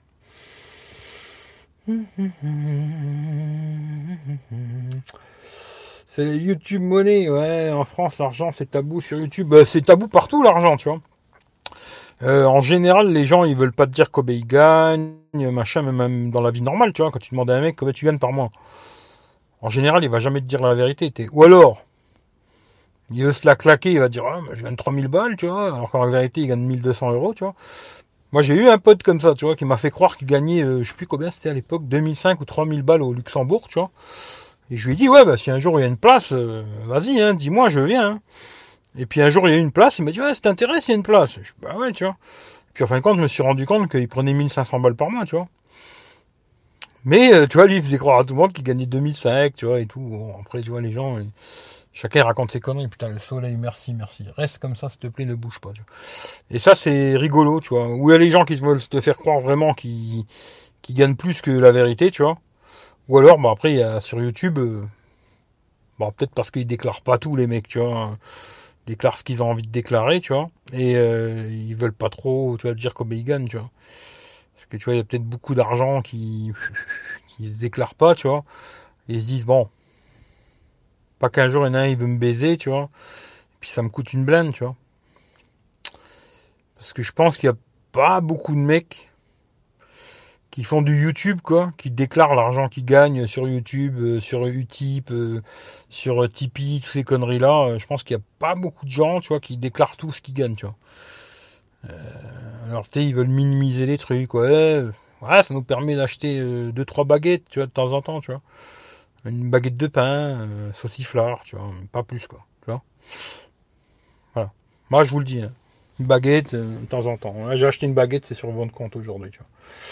C'est YouTube monnaie, ouais, en France, l'argent, c'est tabou sur YouTube. Bah, c'est tabou partout, l'argent, tu vois. Euh, en général, les gens, ils veulent pas te dire combien ils gagnent, machin, même dans la vie normale, tu vois, quand tu demandes à un mec combien tu gagnes par mois. En général, il va jamais te dire la vérité. T'es... Ou alors, il veut se la claquer, il va dire, ah, je gagne trois mille balles, tu vois, alors qu'en vérité, il gagne mille deux cents euros, tu vois. Moi, j'ai eu un pote comme ça, tu vois, qui m'a fait croire qu'il gagnait, euh, je sais plus combien c'était à l'époque, deux mille cinq ou trois mille balles au Luxembourg, tu vois. Et je lui ai dit, ouais, bah, si un jour il y a une place, euh, vas-y, hein, dis-moi, je viens, hein. Et puis un jour, il y a eu une place, il m'a dit, ouais, ça t'intéresse, il y a une place. Je dis, bah ouais, tu vois. Puis en fin de compte, je me suis rendu compte qu'il prenait mille cinq cents balles par mois, tu vois. Mais, euh, tu vois, lui, il faisait croire à tout le monde qu'il gagnait deux mille cinq, tu vois, et tout. Bon, après, tu vois, les gens, ils... chacun raconte ses conneries. Putain, le soleil, merci, merci. Reste comme ça, s'il te plaît, ne bouge pas, tu vois. Et ça, c'est rigolo, tu vois. Ou il y a les gens qui veulent te faire croire vraiment qu'ils, qu'ils gagnent plus que la vérité, tu vois. Ou alors, bon, après, il y a sur YouTube, euh, bon, peut-être parce qu'ils déclarent pas tout, les mecs, tu vois. Ils déclarent ce qu'ils ont envie de déclarer, tu vois. Et euh, ils veulent pas trop, tu vois, dire combien ils gagnent, tu vois. Parce que, tu vois, il y a peut-être beaucoup d'argent qui, qui se déclarent pas, tu vois. Et ils se disent, bon, pas qu'un jour, il y en a un, il veut me baiser, tu vois. Et puis ça me coûte une blinde, tu vois. Parce que je pense qu'il y a pas beaucoup de mecs qui font du YouTube, quoi, qui déclarent l'argent qu'ils gagnent sur YouTube, euh, sur Utip, euh, sur Tipeee, toutes ces conneries-là. Euh, je pense qu'il n'y a pas beaucoup de gens, tu vois, qui déclarent tout ce qu'ils gagnent, tu vois. Euh, alors, tu sais, ils veulent minimiser les trucs, ouais. Ouais, ça nous permet d'acheter euh, deux trois baguettes, tu vois, de temps en temps, tu vois. Une baguette de pain, euh, sauciflard, tu vois, pas plus, quoi, tu vois. Voilà. Moi, je vous le dis, hein. Une baguette, euh, de temps en temps. Là, j'ai acheté une baguette, c'est sur votre compte aujourd'hui, tu vois.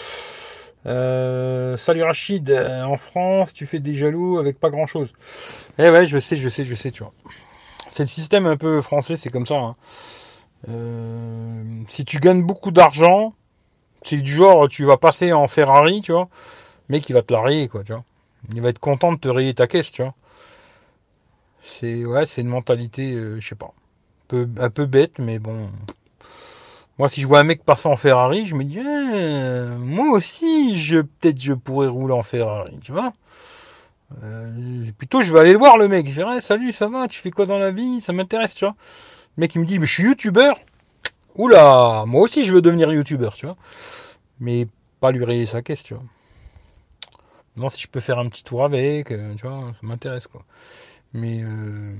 Euh, salut Rachid, euh, en France, tu fais des jaloux avec pas grand chose. Eh ouais, je sais, je sais, je sais, tu vois. C'est le système un peu français, c'est comme ça. Hein. Euh, si tu gagnes beaucoup d'argent, c'est du genre, tu vas passer en Ferrari, tu vois, mais qui va te la rayer, quoi, tu vois. Il va être content de te rayer ta caisse, tu vois. C'est ouais, c'est une mentalité, euh, je sais pas, un peu, un peu bête, mais bon. Moi, si je vois un mec passer en Ferrari, je me dis, eh, moi aussi, je peut-être je pourrais rouler en Ferrari, tu vois. Euh, plutôt, je vais aller le voir le mec. Je dirais, salut, ça va, tu fais quoi dans la vie? Ça m'intéresse, tu vois. Le mec, il me dit, mais je suis youtubeur. Oula, moi aussi, je veux devenir youtubeur, tu vois. Mais pas lui rayer sa caisse, tu vois. Non, si je peux faire un petit tour avec, euh, tu vois, ça m'intéresse, quoi. Mais euh...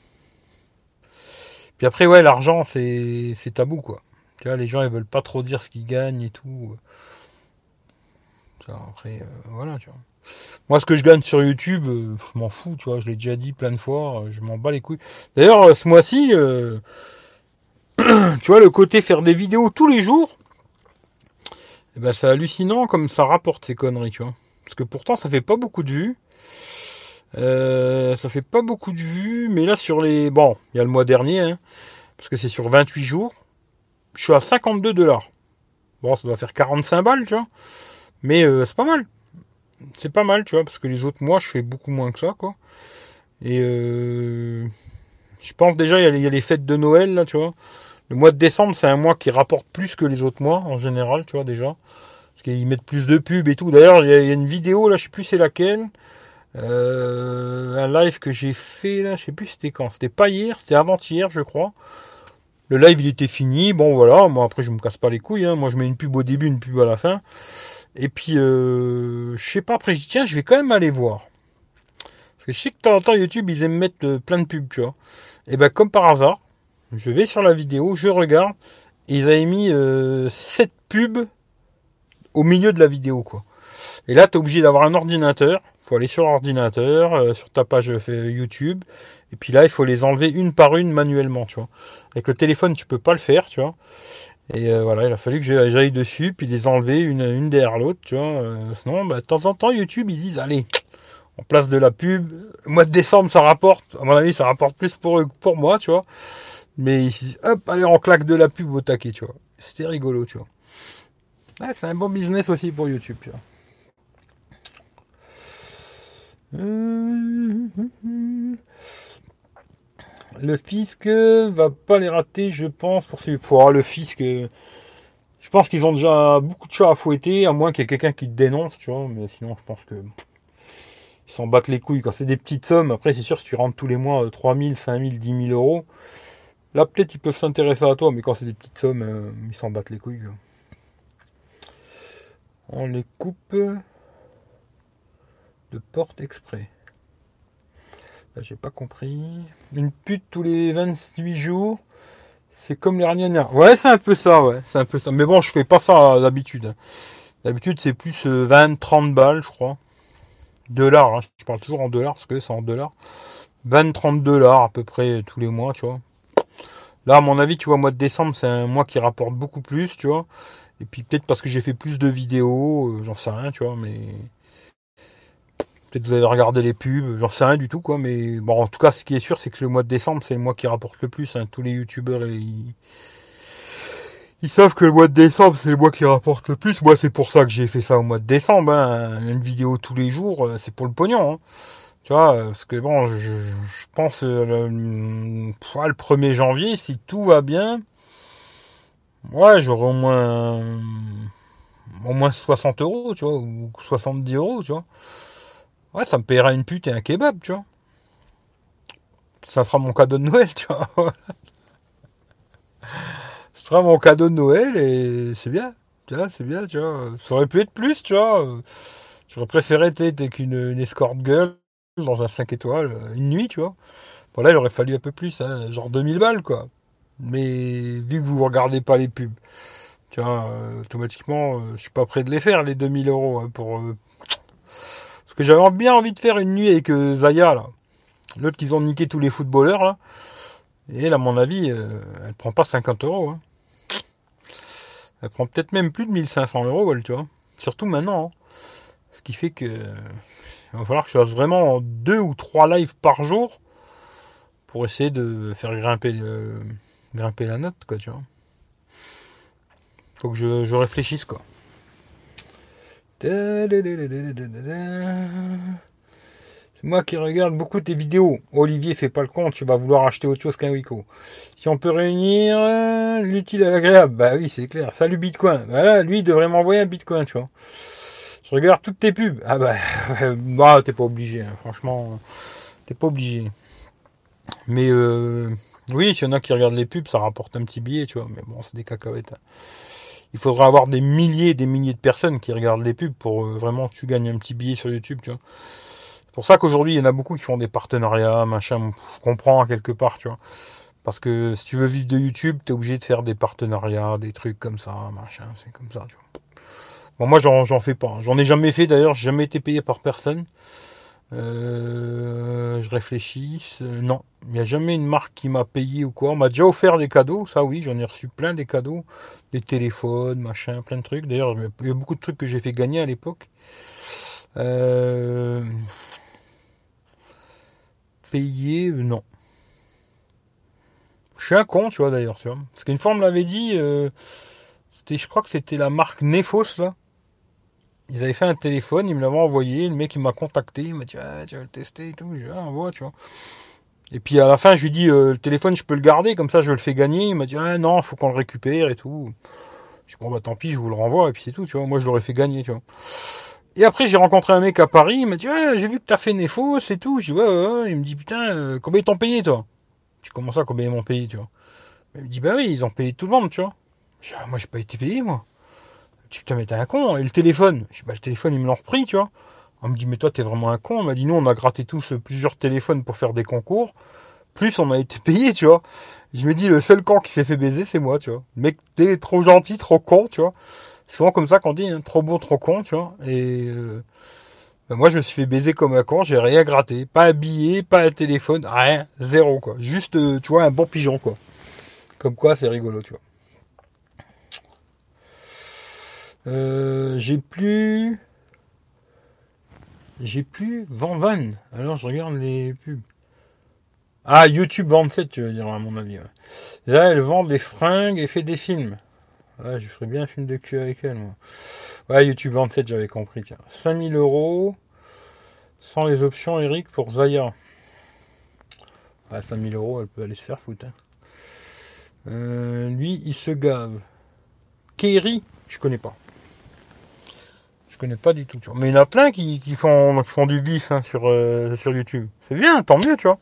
puis après, ouais, l'argent, c'est c'est tabou, quoi. Tu vois, les gens, ils veulent pas trop dire ce qu'ils gagnent et tout. Tu vois, après, euh, voilà, tu vois. Moi, ce que je gagne sur YouTube, euh, je m'en fous, tu vois. Je l'ai déjà dit plein de fois, euh, je m'en bats les couilles. D'ailleurs, euh, ce mois-ci, euh, tu vois, le côté faire des vidéos tous les jours, eh ben, c'est hallucinant comme ça rapporte ces conneries, tu vois. Parce que pourtant, ça fait pas beaucoup de vues. Euh, ça fait pas beaucoup de vues, mais là, sur les... Bon, il y a le mois dernier, hein, parce que c'est sur vingt-huit jours. Je suis à cinquante-deux dollars. Bon, ça doit faire quarante-cinq balles, tu vois. Mais euh, c'est pas mal. C'est pas mal, tu vois, parce que les autres mois, je fais beaucoup moins que ça, quoi. Et euh, je pense déjà, il y, a les, il y a les fêtes de Noël, là, tu vois. Le mois de décembre, c'est un mois qui rapporte plus que les autres mois, en général, tu vois, déjà. Parce qu'ils mettent plus de pubs et tout. D'ailleurs, il y, a, il y a une vidéo, là, je sais plus c'est laquelle. Euh, un live que j'ai fait, là, je sais plus c'était quand. C'était pas hier, c'était avant-hier, je crois. Le live, il était fini. Bon, voilà. Moi, après, je me casse pas les couilles. Hein. Moi, je mets une pub au début, une pub à la fin. Et puis, euh, je sais pas, après, je dis, tiens, je vais quand même aller voir. Parce que je sais que de temps en temps, YouTube, ils aiment mettre euh, plein de pubs, tu vois. Et ben, comme par hasard, je vais sur la vidéo, je regarde, et ils avaient mis euh, sept pubs au milieu de la vidéo, quoi. Et là, tu es obligé d'avoir un ordinateur. Il faut aller sur l'ordinateur, euh, sur ta page euh, YouTube. Et puis là, il faut les enlever une par une manuellement, tu vois. Avec le téléphone, tu peux pas le faire, tu vois. Et euh, voilà, il a fallu que j'aille dessus, puis les enlever une, une derrière l'autre, tu vois. Euh, sinon, bah, de temps en temps, YouTube, ils disent, allez, on place de la pub. Le mois de décembre, ça rapporte. À mon avis, ça rapporte plus pour, pour moi, tu vois. Mais ils hop, allez, on claque de la pub au taquet, tu vois. C'était rigolo, tu vois. Ouais, c'est un bon business aussi pour YouTube, tu vois. Le fisc va pas les rater, je pense, pour ces poids. Le fisc, je pense qu'ils ont déjà beaucoup de chats à fouetter, à moins qu'il y ait quelqu'un qui te dénonce, tu vois. Mais sinon, je pense que ils s'en battent les couilles. Quand c'est des petites sommes, après, c'est sûr, si tu rentres tous les mois trois mille, cinq mille, dix mille euros, là, peut-être ils peuvent s'intéresser à toi, mais quand c'est des petites sommes, euh, ils s'en battent les couilles. Quoi. On les coupe de porte exprès. Là, j'ai pas compris. Une pute tous les vingt-huit jours. C'est comme les Raniania. Ouais, c'est un peu ça, ouais. C'est un peu ça. Mais bon, je fais pas ça d'habitude. D'habitude, c'est plus vingt, trente balles, je crois. Dollars, hein. Je parle toujours en dollars parce que c'est en dollars. vingt, trente dollars à peu près tous les mois, tu vois. Là, à mon avis, tu vois, mois de décembre, c'est un mois qui rapporte beaucoup plus, tu vois. Et puis peut-être parce que j'ai fait plus de vidéos, euh, j'en sais rien, tu vois, mais peut-être vous avez regardé les pubs, j'en sais rien du tout, quoi. Mais bon, en tout cas, ce qui est sûr, c'est que le mois de décembre, c'est le mois qui rapporte le plus. Hein. Tous les youtubeurs, ils... ils savent que le mois de décembre, c'est le mois qui rapporte le plus. Moi, c'est pour ça que j'ai fait ça au mois de décembre. Hein. Une vidéo tous les jours, c'est pour le pognon. Hein. Tu vois, parce que bon, je, je pense euh, le, le premier janvier, si tout va bien, ouais, j'aurai au moins au moins soixante euros, tu vois, ou soixante-dix euros, tu vois. Ouais, ça me paiera une pute et un kebab, tu vois. Ça fera mon cadeau de Noël, tu vois. Ça fera mon cadeau de Noël et c'est bien. Tu vois, c'est bien, tu vois. Ça aurait pu être plus, tu vois. J'aurais préféré être qu'une une escort girl dans un cinq étoiles, une nuit, tu vois. Bon, là, il aurait fallu un peu plus, hein, genre deux mille balles, quoi. Mais vu que vous regardez pas les pubs, tu vois, euh, automatiquement, euh, je suis pas prêt de les faire, les deux mille euros, hein, pour... Euh... Parce que j'avais bien envie de faire une nuit avec euh, Zaya, là. L'autre qu'ils ont niqué tous les footballeurs, là. Et elle, à mon avis, euh, elle prend pas cinquante euros, hein. Elle prend peut-être même plus de mille cinq cents euros, elle, tu vois. Surtout maintenant, hein. Ce qui fait que... Euh, il va falloir que je fasse vraiment deux ou trois lives par jour pour essayer de faire grimper, le, grimper la note, quoi, tu vois. Faut que je, je réfléchisse, quoi. C'est moi qui regarde beaucoup tes vidéos. Olivier, fais pas le con, tu vas vouloir acheter autre chose qu'un Wiko. Si on peut réunir euh, l'utile à l'agréable, bah oui, c'est clair. Salut Bitcoin. Bah là, lui, il devrait m'envoyer un Bitcoin, tu vois. Je regarde toutes tes pubs. Ah bah, bah t'es pas obligé, hein. Franchement, t'es pas obligé. Mais euh, oui, s'il y en a qui regardent les pubs, ça rapporte un petit billet, tu vois. Mais bon, c'est des cacahuètes. Hein. Il faudra avoir des milliers et des milliers de personnes qui regardent les pubs pour euh, vraiment que tu gagnes un petit billet sur YouTube, tu vois. C'est pour ça qu'aujourd'hui, il y en a beaucoup qui font des partenariats, machin. Je comprends à quelque part, tu vois. Parce que si tu veux vivre de YouTube, t'es obligé de faire des partenariats, des trucs comme ça, machin. C'est comme ça, tu vois. Bon, moi, j'en, j'en fais pas. J'en ai jamais fait, d'ailleurs. J'ai jamais été payé par personne. Euh, je réfléchis. Euh, non, il n'y a jamais une marque qui m'a payé ou quoi. On m'a déjà offert des cadeaux. Ça, oui, j'en ai reçu plein des cadeaux. Des téléphones, machin, plein de trucs. D'ailleurs, il y a beaucoup de trucs que j'ai fait gagner à l'époque. Euh... Payer, euh, non. Je suis un con, tu vois, d'ailleurs, tu vois. Parce qu'une fois, on me l'avait dit, euh, c'était, je crois que c'était la marque Nefos, là. Ils avaient fait un téléphone, ils me l'avaient envoyé, le mec, il m'a contacté, il m'a dit, ah, tu vas le tester et tout. Je dis, ah, envoie, tu vois. Et puis, à la fin, je lui dis, euh, le téléphone, je peux le garder, comme ça, je le fais gagner. Il m'a dit, ah, non, faut qu'on le récupère et tout. Je dis, bon, bah, tant pis, je vous le renvoie, et puis c'est tout, tu vois. Moi, je l'aurais fait gagner, tu vois. Et après, j'ai rencontré un mec à Paris, il m'a dit, ouais, j'ai vu que t'as fait Nefos et tout. Je dis, ouais, ouais, ouais. Il me dit, putain, euh, combien ils t'ont payé, toi? Je dis, comment ça, combien ils m'ont payé, tu vois? Il me dit, bah oui, ils ont payé tout le monde, tu vois. Je dis, ah, moi, j'ai pas été payé, moi. Je dis, putain, mais t'es un con. Et le téléphone? Je dis, bah, le téléphone, ils me l'ont repris, tu vois. On me dit, mais toi, t'es vraiment un con. On m'a dit, nous, on a gratté tous plusieurs téléphones pour faire des concours. Plus, on a été payé, tu vois. Et je me dis, le seul con qui s'est fait baiser, c'est moi, tu vois. Mec, t'es trop gentil, trop con, tu vois. C'est souvent comme ça qu'on dit, hein, trop beau, trop con, tu vois. Et euh, ben moi, je me suis fait baiser comme un con. J'ai rien gratté. Pas un billet, pas un téléphone, rien. Zéro, quoi. Juste, euh, tu vois, un bon pigeon, quoi. Comme quoi, c'est rigolo, tu vois. Euh, j'ai plus... J'ai plus Van Van. Alors, je regarde les pubs. Ah, YouTube vingt-sept, tu veux dire, à mon avis. Ouais. Là, elle vend des fringues et fait des films. Ouais, je ferais bien un film de cul avec elle, moi. Ouais, YouTube vingt-sept, j'avais compris, tiens. cinq mille euros sans les options, Eric, pour Zaya. Ah, cinq mille euros, elle peut aller se faire foutre. Hein. Euh, lui, il se gave. Kerry, je connais pas. Je connais pas du tout, tu vois. Mais il y en a plein qui, qui, font, qui font du vif hein, sur, euh, sur YouTube. C'est bien, tant mieux, tu vois.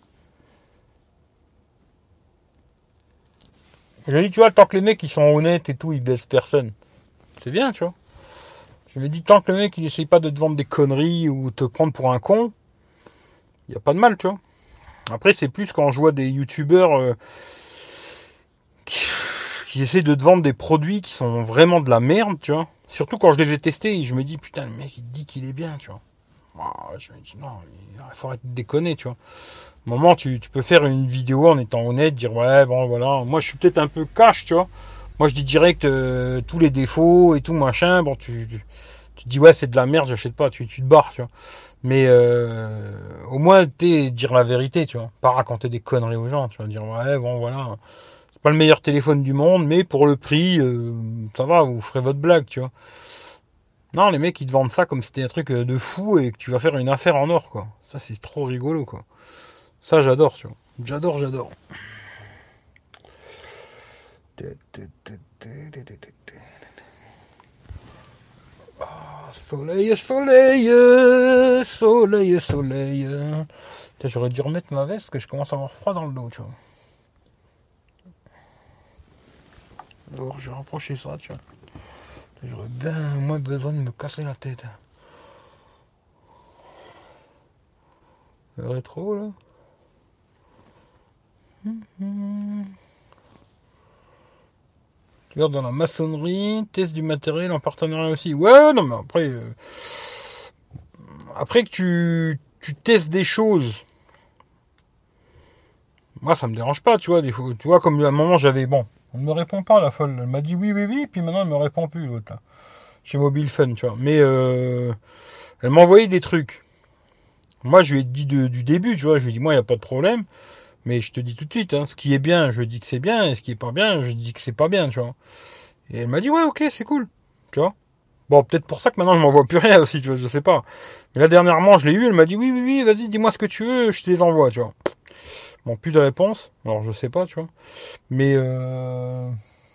Je me dis, tu vois, tant que les mecs, ils sont honnêtes et tout, ils baissent personne. C'est bien, tu vois. Je me dis, tant que le mec, il essaye pas de te vendre des conneries ou te prendre pour un con, il n'y a pas de mal, tu vois. Après, c'est plus quand je vois des youtubeurs euh, qui, qui essaient de te vendre des produits qui sont vraiment de la merde, tu vois. Surtout quand je les ai testés, je me dis, putain, le mec, il dit qu'il est bien, tu vois. Oh, je me dis, non, il faut arrêter de déconner, tu vois. Au moment, tu, tu peux faire une vidéo en étant honnête, dire, ouais, bon, voilà. Moi, je suis peut-être un peu cash, tu vois. Moi, je dis direct euh, tous les défauts et tout, machin. Bon, tu, tu, tu te dis, ouais, c'est de la merde, j'achète pas. Tu, tu te barres, tu vois. Mais euh, au moins, t'es dire la vérité, tu vois. Pas raconter des conneries aux gens, tu vas dire, ouais, bon, voilà. C'est pas le meilleur téléphone du monde, mais pour le prix, euh, ça va, vous ferez votre blague, tu vois. Non, les mecs, ils te vendent ça comme si c'était un truc de fou et que tu vas faire une affaire en or, quoi. Ça, c'est trop rigolo, quoi. Ça, j'adore, tu vois. J'adore, j'adore. Ah, soleil, soleil, soleil, soleil. Putain, j'aurais dû remettre ma veste, parce que je commence à avoir froid dans le dos, tu vois. Alors, j'ai rapproché ça, tu vois. J'aurais bien moins besoin de me casser la tête. Le rétro, là. Regarde dans la maçonnerie, test du matériel en partenariat aussi. Ouais, non, mais après... Euh, après que tu, tu testes des choses... Moi, ça me dérange pas, tu vois. Des fois, tu vois, comme à un moment, j'avais... Bon, on ne me répond pas, la folle. Elle m'a dit oui, oui, oui, puis maintenant, elle me répond plus, l'autre, là. Chez Mobile Fun, tu vois. Mais euh, elle m'a envoyé des trucs. Moi, je lui ai dit de, du début, tu vois. Je lui ai dit, moi, il n'y a pas de problème. Mais je te dis tout de suite, hein, ce qui est bien, je dis que c'est bien. Et ce qui est pas bien, je dis que c'est pas bien, tu vois. Et elle m'a dit, ouais, ok, c'est cool. Tu vois. Bon, peut-être pour ça que maintenant je m'envoie plus rien aussi, tu vois, je sais pas. Mais là, dernièrement, je l'ai eu, elle m'a dit, oui, oui, oui, vas-y, dis-moi ce que tu veux, je te les envoie, tu vois. Bon, plus de réponse, alors je sais pas, tu vois. Mais, euh...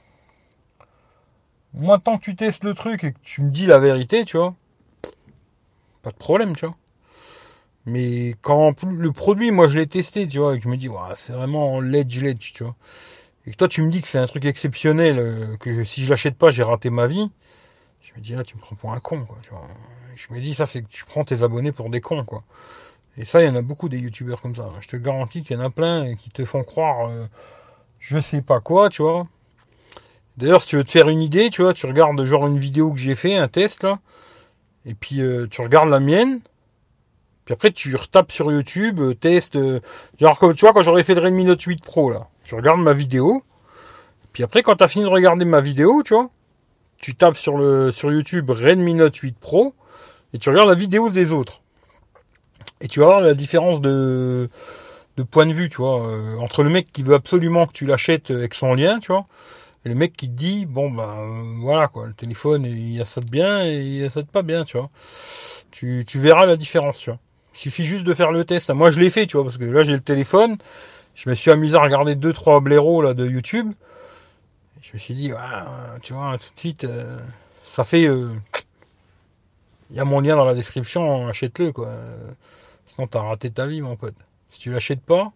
moi, tant que tu testes le truc et que tu me dis la vérité, tu vois, pas de problème, tu vois. Mais quand le produit, moi, je l'ai testé, tu vois, et que je me dis, ouais, c'est vraiment ledge, ledge, tu vois. Et que toi, tu me dis que c'est un truc exceptionnel, euh, que je- si je l'achète pas, j'ai raté ma vie. Je me dis, là, tu me prends pour un con, quoi, tu vois. Et je me dis, ça, c'est que tu prends tes abonnés pour des cons, quoi. Et ça, il y en a beaucoup des youtubeurs comme ça. Je te garantis qu'il y en a plein et qui te font croire, euh, je sais pas quoi, tu vois. D'ailleurs, si tu veux te faire une idée, tu vois, tu regardes genre une vidéo que j'ai fait, un test, là, et puis euh, tu regardes la mienne, puis après, tu retapes sur YouTube, euh, test, euh, genre, tu vois, quand j'aurais fait le Redmi Note huit Pro, là, tu regardes ma vidéo, puis après, quand tu as fini de regarder ma vidéo, tu vois, tu tapes sur, le, sur YouTube Redmi Note huit Pro, et tu regardes la vidéo des autres. Et tu vas voir la différence de, de point de vue, tu vois, euh, entre le mec qui veut absolument que tu l'achètes avec son lien, tu vois, et le mec qui te dit, bon, ben, euh, voilà, quoi, le téléphone, il y a ça de bien et il y a ça de pas bien, tu vois. Tu, tu verras la différence, tu vois. Il suffit juste de faire le test. Moi, je l'ai fait, tu vois, parce que là, j'ai le téléphone. Je me suis amusé à regarder deux trois blaireaux là de YouTube. Et je me suis dit, ah, tu vois, tout de suite, euh, ça fait. Il euh, y a mon lien dans la description, achète-le, quoi. Euh, Sinon, t'as raté ta vie, mon pote. Si tu l'achètes pas,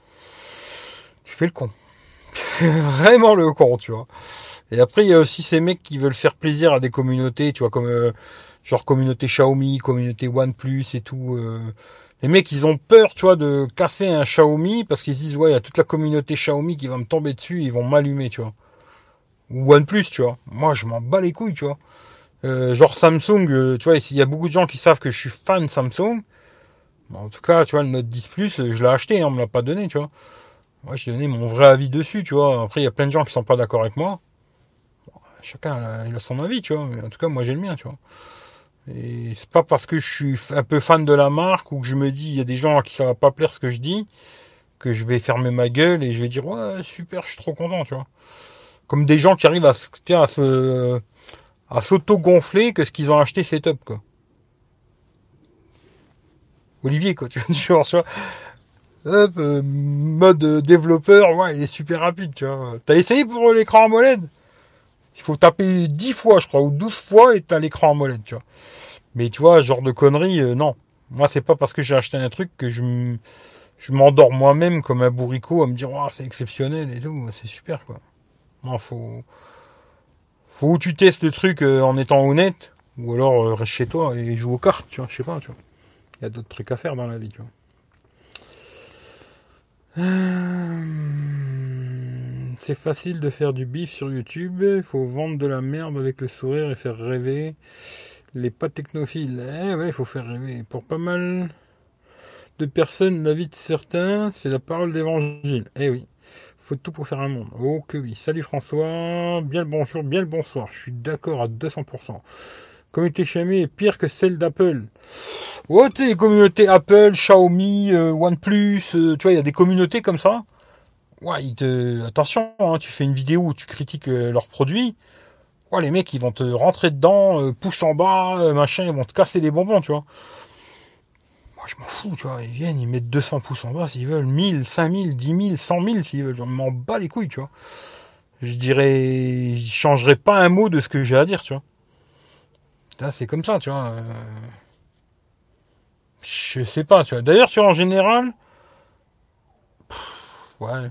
tu fais le con. Vraiment le con, tu vois. Et après, il y a aussi ces mecs qui veulent faire plaisir à des communautés, tu vois, comme euh, genre communauté Xiaomi, communauté OnePlus et tout. Euh. Les mecs, ils ont peur, tu vois, de casser un Xiaomi parce qu'ils se disent, ouais, il y a toute la communauté Xiaomi qui va me tomber dessus, ils vont m'allumer, tu vois. Ou OnePlus, tu vois. Moi, je m'en bats les couilles, tu vois. Euh, genre Samsung, euh, tu vois, il y a beaucoup de gens qui savent que je suis fan de Samsung. Bon, en tout cas, tu vois, le Note dix Plus, euh, je l'ai acheté, hein, on me l'a pas donné, tu vois. Moi, j'ai donné mon vrai avis dessus, tu vois. Après, il y a plein de gens qui sont pas d'accord avec moi. Chacun, il a son avis, tu vois. Mais en tout cas, moi, j'ai le mien, tu vois. Et c'est pas parce que je suis un peu fan de la marque ou que je me dis, il y a des gens à qui ça va pas plaire ce que je dis, que je vais fermer ma gueule et je vais dire, ouais, super, je suis trop content, tu vois. Comme des gens qui arrivent à, tiens, à se, à s'auto-gonfler que ce qu'ils ont acheté, c'est top, quoi. Olivier, quoi, tu vois, tu vois. Hop, euh, mode développeur, ouais, il est super rapide, tu vois. T'as essayé pour l'écran AMOLED? Il faut taper dix fois, je crois, ou douze fois et t'as l'écran AMOLED, tu vois. Mais tu vois, ce genre de conneries, euh, non. Moi, c'est pas parce que j'ai acheté un truc que je, m- je m'endors moi-même comme un bourricot à me dire, oh, c'est exceptionnel et tout, c'est super, quoi. Non, faut, faut où tu testes le truc euh, en étant honnête, ou alors euh, reste chez toi et joue aux cartes, tu vois, je sais pas, tu vois. Il y a d'autres trucs à faire dans la vie, tu vois. Euh, C'est facile de faire du bif sur YouTube, il faut vendre de la merde avec le sourire et faire rêver les pas technophiles. Eh ouais, il faut faire rêver. Pour pas mal de personnes, la vie de certains, c'est la parole d'évangile. Eh oui, faut tout pour faire un monde. Oh que oui. Salut François, bien le bonjour, bien le bonsoir. Je suis d'accord à deux cents pour cent. Communauté Xiaomi est pire que celle d'Apple. Oh, tu sais, les communautés Apple, Xiaomi, euh, OnePlus, euh, tu vois, il y a des communautés comme ça. Ouais, ils te... attention, hein, tu fais une vidéo où tu critiques euh, leurs produits. Ouais, les mecs, ils vont te rentrer dedans, euh, pouce en bas, euh, machin, ils vont te casser des bonbons, tu vois. Moi, je m'en fous, tu vois. Ils viennent, ils mettent deux cents pouces en bas s'ils veulent, mille, cinq mille, dix mille, cent mille s'ils veulent. Je m'en bats les couilles, tu vois. Je dirais, je changerais pas un mot de ce que j'ai à dire, tu vois. Là, c'est comme ça, tu vois. Euh, Je sais pas, tu vois. D'ailleurs, tu vois, en général, ouais.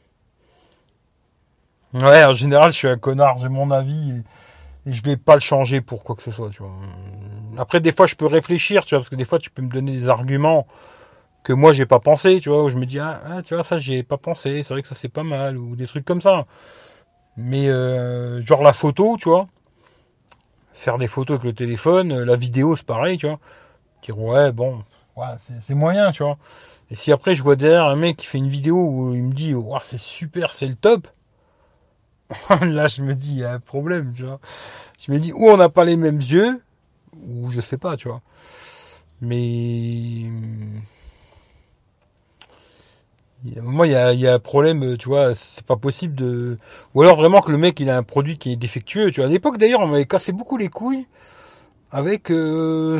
Ouais, en général, je suis un connard, j'ai mon avis et, et je vais pas le changer pour quoi que ce soit, tu vois. Après, des fois, je peux réfléchir, tu vois, parce que des fois, tu peux me donner des arguments que moi, j'ai pas pensé, tu vois, où je me dis, ah, ah, tu vois, ça, j'y ai pas pensé, c'est vrai que ça, c'est pas mal, ou des trucs comme ça. Mais, euh, genre la photo, tu vois, faire des photos avec le téléphone, euh, la vidéo, c'est pareil, tu vois. Dire, ouais, bon, ouais, c'est, c'est moyen, tu vois. Et si après, je vois derrière un mec qui fait une vidéo où il me dit, oh, c'est super, c'est le top, là, je me dis, il y a un problème, tu vois. Je me dis, ou on n'a pas les mêmes yeux, ou je sais pas, tu vois. Mais Moi, il y a, il y a un problème, tu vois, c'est pas possible de... Ou alors vraiment que le mec, il a un produit qui est défectueux, tu vois. À l'époque, d'ailleurs, on m'avait cassé beaucoup les couilles avec euh,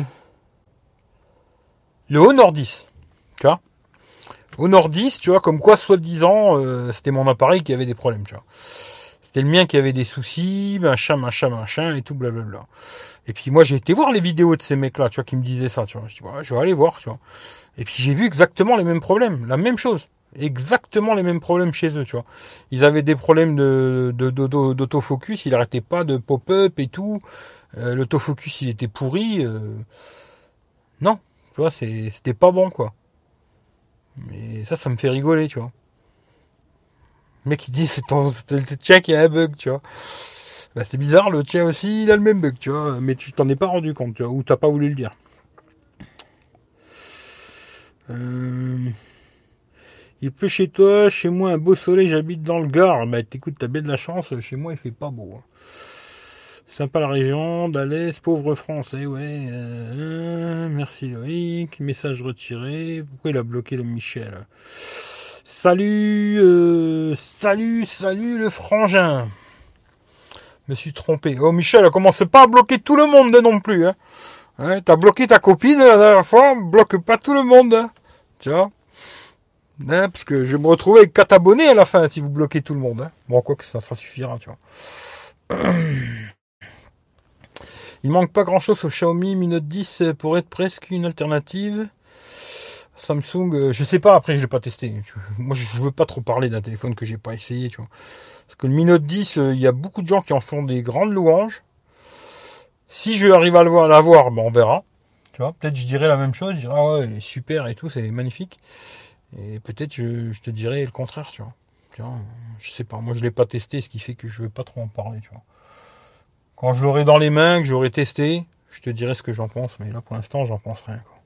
le Honor dix, tu vois. Honor dix, tu vois, comme quoi, soi-disant, euh, c'était mon appareil qui avait des problèmes, tu vois. C'était le mien qui avait des soucis, machin, machin, machin, et tout, blablabla. Et puis moi, j'ai été voir les vidéos de ces mecs-là, tu vois, qui me disaient ça, tu vois. Je dis, ouais, je vais aller voir, tu vois. Et puis j'ai vu exactement les mêmes problèmes, la même chose. Exactement les mêmes problèmes chez eux, tu vois. Ils avaient des problèmes de, de, de- d'autofocus, il arrêtait pas de pop-up et tout. Euh, l'autofocus, il était pourri. Euh... Non, tu vois, c'est, c'était pas bon, quoi. Mais ça, ça me fait rigoler, tu vois. Le mec, il dit, c'est ton, c'est le tien qui a un bug, tu vois. Bah, c'est bizarre, le tien aussi, il a le même bug, tu vois. Mais tu t'en es pas rendu compte, tu vois, ou t'as pas voulu le dire. Euh... Il pleut chez toi, chez moi un beau soleil, j'habite dans le Gard. Bah écoute, t'as bien de la chance, chez moi il fait pas beau. Hein. Sympa la région, d'Alès, pauvre français, ouais. Euh, merci Loïc, message retiré. Pourquoi il a bloqué le Michel? Salut, euh, salut, salut le frangin. Me suis trompé. Oh Michel, commence pas à bloquer tout le monde non plus. Hein. Hein, t'as bloqué ta copine la dernière fois, bloque pas tout le monde. Hein. Tu vois? Hein, parce que je vais me retrouver avec quatre abonnés à la fin si vous bloquez tout le monde. Hein. Bon, quoi que ça, ça suffira, tu vois. Il manque pas grand chose au Xiaomi Mi Note dix pour être presque une alternative. Samsung, euh, je sais pas, après je l'ai pas testé. Moi je veux pas trop parler d'un téléphone que j'ai pas essayé, tu vois. Parce que le Mi Note dix, il euh, y a beaucoup de gens qui en font des grandes louanges. Si je arrive à le voir, à l'avoir, ben on verra. Tu vois, peut-être je dirais la même chose, je dirais ah ouais, il est super et tout, c'est magnifique. Et peut-être je, je te dirais le contraire, tu vois. Tu vois, je sais pas, moi je l'ai pas testé, ce qui fait que je veux pas trop en parler, tu vois. Quand je l'aurai dans les mains, que j'aurai testé, je te dirai ce que j'en pense, mais là pour l'instant j'en pense rien, quoi.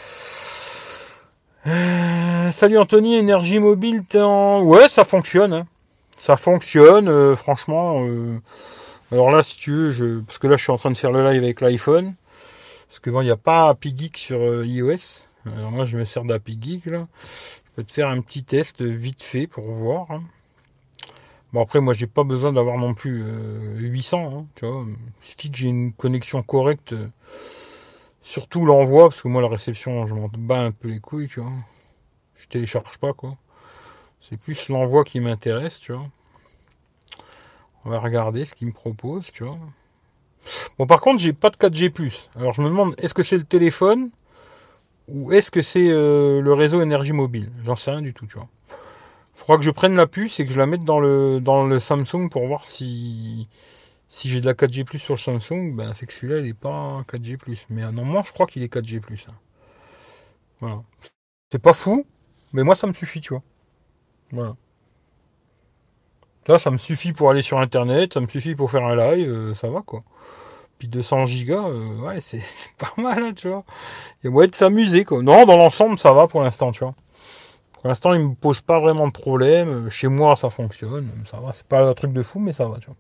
Euh, salut Anthony, énergie mobile, t'es en... Ouais, ça fonctionne, hein. Ça fonctionne, euh, franchement. Euh... Alors là, si tu veux, je... parce que là je suis en train de faire le live avec l'iPhone, parce que bon, il n'y a pas Happy Geek sur euh, iOS. Alors moi je me sers d'Happy Geek, là. Je peux te faire un petit test vite fait pour voir, hein. Bon après moi j'ai pas besoin d'avoir non plus euh, huit cents, hein, tu vois. Il suffit que j'ai une connexion correcte, euh, surtout l'envoi, parce que moi la réception je m'en bats un peu les couilles, tu vois. Je télécharge pas quoi. C'est plus l'envoi qui m'intéresse, tu vois. On va regarder ce qu'il me propose, tu vois. Bon par contre j'ai pas de quatre G plus. Alors je me demande est-ce que c'est le téléphone ou est-ce que c'est euh, le réseau énergie mobile. J'en sais rien du tout, tu vois. Faudra que je prenne la puce et que je la mette dans le, dans le Samsung pour voir si, si j'ai de la quatre G plus sur le Samsung. Ben, c'est que celui-là, il n'est pas quatre G plus. Mais normalement, je crois qu'il est quatre G plus. Hein. Voilà. C'est pas fou, mais moi, ça me suffit, tu vois. Voilà. Ça, ça me suffit pour aller sur Internet, ça me suffit pour faire un live, euh, ça va, quoi. Puis deux cents gigas, euh, ouais, c'est, c'est pas mal, hein, tu vois. Il y a moyen de s'amuser, quoi. Non, dans l'ensemble, ça va pour l'instant, tu vois. Pour l'instant, il me pose pas vraiment de problème. Chez moi, ça fonctionne. Ça va, c'est pas un truc de fou, mais ça va, tu vois.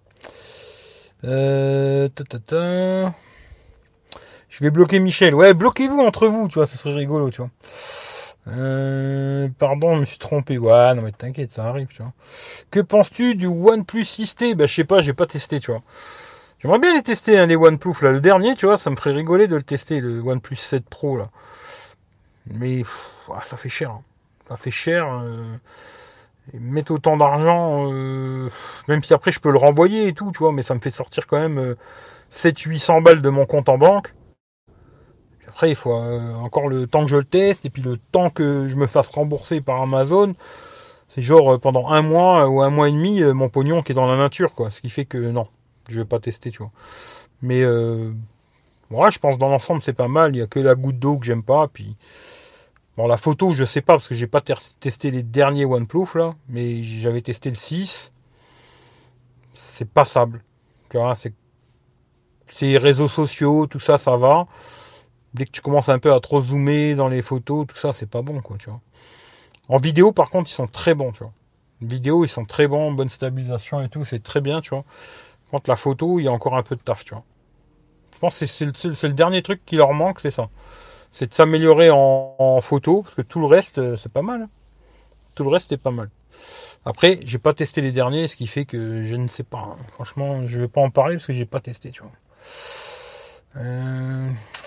Euh, ta, ta, ta. Je vais bloquer Michel. Ouais, bloquez-vous entre vous, tu vois, ça serait rigolo, tu vois. Euh, pardon, je me suis trompé. Ouais, non mais t'inquiète, ça arrive, tu vois. Que penses-tu du OnePlus six T? Bah, je sais pas, j'ai pas testé, tu vois. J'aimerais bien les tester, hein, les OnePlus, là. Le dernier, tu vois, ça me ferait rigoler de le tester, le OnePlus sept Pro, là. Mais, pff, ah, ça fait cher, hein. Ça fait cher. Euh... Mettre autant d'argent, euh, même si après je peux le renvoyer et tout, tu vois, mais ça me fait sortir quand même euh, sept cents huit cents balles de mon compte en banque. Puis après, il faut euh, encore le temps que je le teste, et puis le temps que je me fasse rembourser par Amazon. C'est genre euh, pendant un mois euh, ou un mois et demi, euh, mon pognon qui est dans la nature, quoi. Ce qui fait que non, je vais pas tester, tu vois. Mais euh, ouais, je pense dans l'ensemble c'est pas mal. Il y a que la goutte d'eau que j'aime pas, puis bon, la photo, je sais pas, parce que j'ai pas ter- testé les derniers OnePlus, là, mais j'avais testé le six. C'est passable. Tu vois, c'est, c'est réseaux sociaux, tout ça, ça va. Dès que tu commences un peu à trop zoomer dans les photos, tout ça, c'est pas bon, quoi, tu vois. En vidéo, par contre, ils sont très bons, tu vois. En vidéo, ils sont très bons, bonne stabilisation et tout, c'est très bien, tu vois. Contre la photo, il y a encore un peu de taf, tu vois. Je pense que c'est, c'est, le, c'est le dernier truc qui leur manque, c'est ça. C'est de s'améliorer en, en photo, parce que tout le reste, c'est pas mal. Tout le reste est pas mal. Après, j'ai pas testé les derniers, ce qui fait que je ne sais pas. Hein. Franchement, je vais pas en parler parce que j'ai pas testé, tu vois. Euh...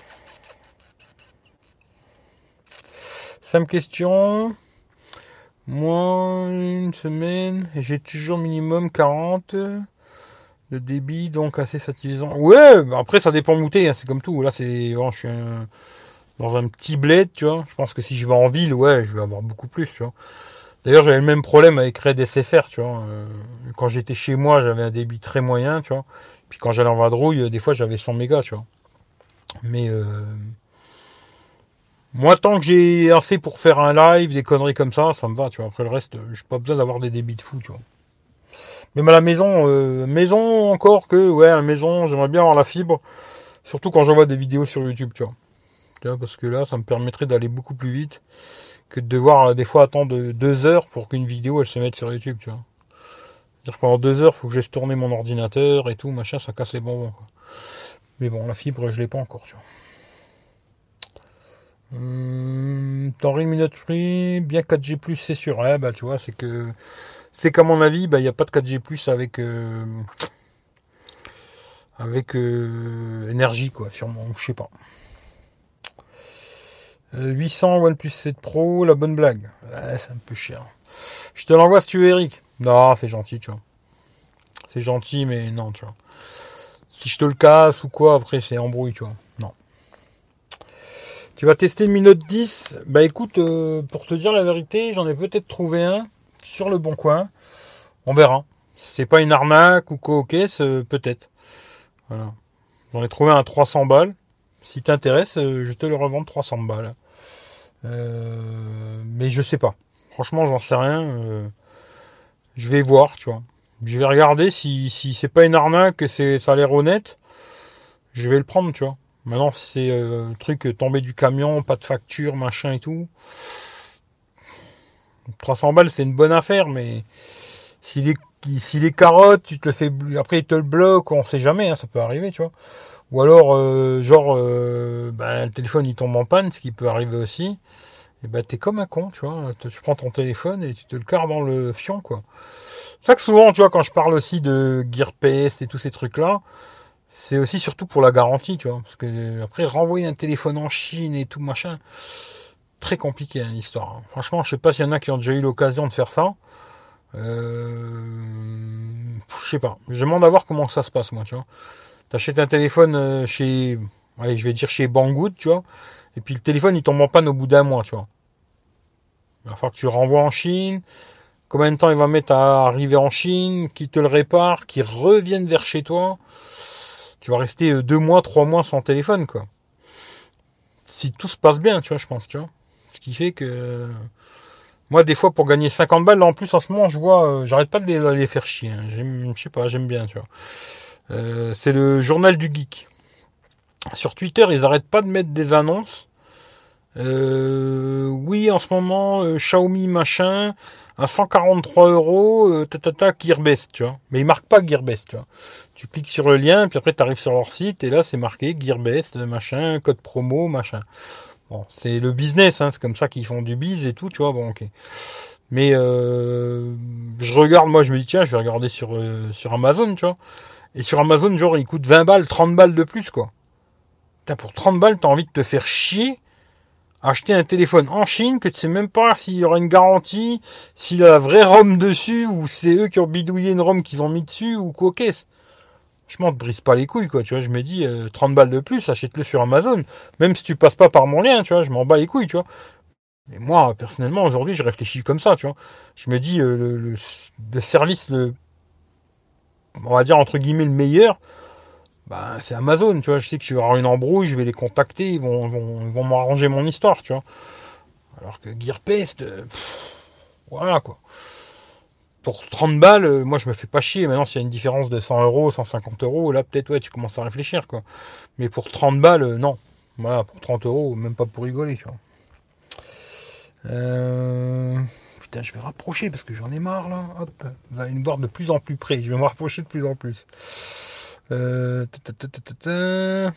Simple question. Moi, une semaine, et j'ai toujours minimum quarante de débit, donc assez satisfaisant. Ouais, bah après ça dépend où t'es, hein, c'est comme tout. Là, c'est, bon, je suis un- dans un petit bled, tu vois. Je pense que si je vais en ville, ouais, je vais avoir beaucoup plus, tu vois. D'ailleurs, j'avais le même problème avec Red S F R, tu vois. Euh, quand j'étais chez moi, j'avais un débit très moyen, tu vois. Puis quand j'allais en vadrouille, des fois, j'avais cent mégas, tu vois. Mais euh, moi, tant que j'ai assez pour faire un live, des conneries comme ça, ça me va, tu vois. Après le reste, j'ai pas besoin d'avoir des débits de fou, tu vois. Même à la maison, euh, maison encore que, ouais, à la maison, j'aimerais bien avoir la fibre. Surtout quand j'envoie des vidéos sur YouTube, tu vois. Tu vois, parce que là, ça me permettrait d'aller beaucoup plus vite que de devoir euh, des fois attendre deux heures pour qu'une vidéo elle se mette sur YouTube, tu vois. C'est-à-dire que pendant deux heures, il faut que j'aille tourner mon ordinateur et tout, machin, ça casse les bonbons, quoi. Mais bon, la fibre, je l'ai pas encore, tu vois. Hum, T'en une minute free, bien quatre G plus, c'est sûr. Ouais, bah tu vois, c'est que c'est qu'à mon avis, bah il n'y a pas de quatre G plus avec euh, avec euh, énergie, quoi, sûrement, je sais pas. Euh, huit cents OnePlus sept Pro, la bonne blague. Ouais, c'est un peu cher. Je te l'envoie si tu veux, Eric. Non, c'est gentil, tu vois. C'est gentil, mais non, tu vois. Si je te le casse ou quoi, après c'est embrouille, tu vois. Non. Tu vas tester le Mi Note dix. Bah écoute, euh, pour te dire la vérité, j'en ai peut-être trouvé un sur le bon coin. On verra. Si c'est pas une arnaque ou quoi, ok, c'est- peut-être. Voilà. J'en ai trouvé un à trois cents balles. Si t'intéresse, euh, je te le revends trois cents balles. Euh, mais je sais pas. Franchement, j'en sais rien. Euh, je vais voir, tu vois. Je vais regarder si, si c'est pas une arnaque, que c'est, ça a l'air honnête. Je vais le prendre, tu vois. Maintenant, si c'est euh, truc tombé du camion, pas de facture, machin et tout. trois cents balles, c'est une bonne affaire, mais si les, si les carottes, tu te le fais, après ils te le bloquent, on sait jamais, hein, ça peut arriver, tu vois. Ou alors, euh, genre, euh, ben, le téléphone il tombe en panne, ce qui peut arriver aussi. Et ben, t'es comme un con, tu vois. Tu prends ton téléphone et tu te le carres dans le fion, quoi. C'est ça que souvent, tu vois, quand je parle aussi de GearPest et tous ces trucs-là, c'est aussi surtout pour la garantie, tu vois. Parce que après, renvoyer un téléphone en Chine et tout machin, très compliqué, hein, l'histoire. Hein. Franchement, je sais pas s'il y en a qui ont déjà eu l'occasion de faire ça. Euh... Je sais pas. Je demande à voir comment ça se passe, moi, tu vois. T'achètes un téléphone euh, chez, allez, je vais dire chez Banggood, tu vois. Et puis le téléphone, il tombe en panne au bout d'un mois, tu vois. Il va falloir que tu le renvoies en Chine. Combien de temps il va mettre à arriver en Chine, qui te le répare, qui revienne vers chez toi. Tu vas rester euh, deux mois, trois mois sans téléphone, quoi. Si tout se passe bien, tu vois, je pense, tu vois. Ce qui fait que moi, des fois, pour gagner cinquante balles, là, en plus, en ce moment, je vois, euh, j'arrête pas de les, les faire chier. Hein. J'aime, je sais pas, j'aime bien, tu vois. Euh, c'est le journal du geek. Sur Twitter, ils arrêtent pas de mettre des annonces. Euh, oui, en ce moment, euh, Xiaomi machin, à cent quarante-trois euros, euh, tatata, Gearbest, tu vois. Mais ils marquent pas Gearbest, tu vois. Tu cliques sur le lien, puis après tu arrives sur leur site, et là c'est marqué Gearbest, machin, code promo, machin. Bon, c'est le business, hein, c'est comme ça qu'ils font du biz et tout, tu vois, bon, ok. Mais euh, je regarde, moi je me dis, tiens, je vais regarder sur, euh, sur Amazon, tu vois. Et sur Amazon, genre, il coûte vingt balles, trente balles de plus, quoi. Putain, pour trente balles, t'as envie de te faire chier acheter un téléphone en Chine que tu sais même pas s'il y aura une garantie, s'il a la vraie ROM dessus, ou c'est eux qui ont bidouillé une ROM qu'ils ont mis dessus, ou quoi qu'est-ce. Je m'en te brise pas les couilles, quoi, tu vois, je me dis, euh, trente balles de plus, achète-le sur Amazon. Même si tu passes pas par mon lien, tu vois, je m'en bats les couilles, tu vois. Mais moi, personnellement, aujourd'hui, je réfléchis comme ça, tu vois. Je me dis, euh, le, le, le service, le, on va dire, entre guillemets, le meilleur, bah, c'est Amazon, tu vois. Je sais que je vais avoir une embrouille, je vais les contacter, ils vont, vont, ils vont m'arranger mon histoire, tu vois. Alors que Gearpest, euh, pff, voilà, quoi. Pour trente balles, euh, moi, je me fais pas chier. Maintenant, s'il y a une différence de cent euros, cent cinquante euros, là, peut-être, ouais, tu commences à réfléchir, quoi. Mais pour trente balles, euh, non. Voilà, pour trente euros, même pas pour rigoler, tu vois. Euh... Putain, je vais rapprocher parce que j'en ai marre, là. Hop. Vous allez me voir de plus en plus près. Je vais me rapprocher de plus en plus. Euh... ta, ta, ta, ta, ta.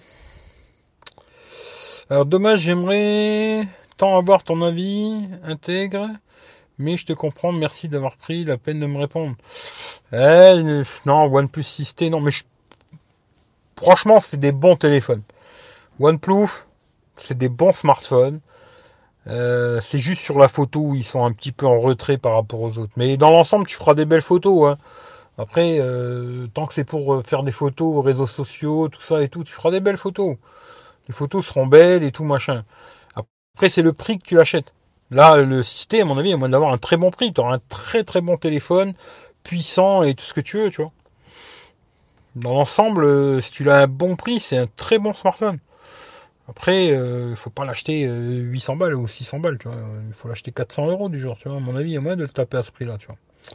Alors, dommage, j'aimerais tant avoir ton avis intègre, mais je te comprends, merci d'avoir pris la peine de me répondre. Eh, non, OnePlus six T, non, mais je... franchement, c'est des bons téléphones. OnePlus, c'est des bons smartphones. Euh, c'est juste sur la photo où ils sont un petit peu en retrait par rapport aux autres. Mais dans l'ensemble, tu feras des belles photos. Hein. Après, euh, tant que c'est pour faire des photos aux réseaux sociaux, tout ça et tout, tu feras des belles photos. Les photos seront belles et tout machin. Après, c'est le prix que tu l'achètes. Là, le système, à mon avis, il y a moyen d'avoir un très bon prix. Tu auras un très très bon téléphone, puissant et tout ce que tu veux, tu vois. Dans l'ensemble, si tu l'as à un bon prix, c'est un très bon smartphone. Après, il euh, faut pas l'acheter euh, huit cents balles ou six cents balles, tu vois. Il faut l'acheter quatre cents euros du jour, tu vois. À mon avis, il y a moyen de le taper à ce prix-là, tu vois.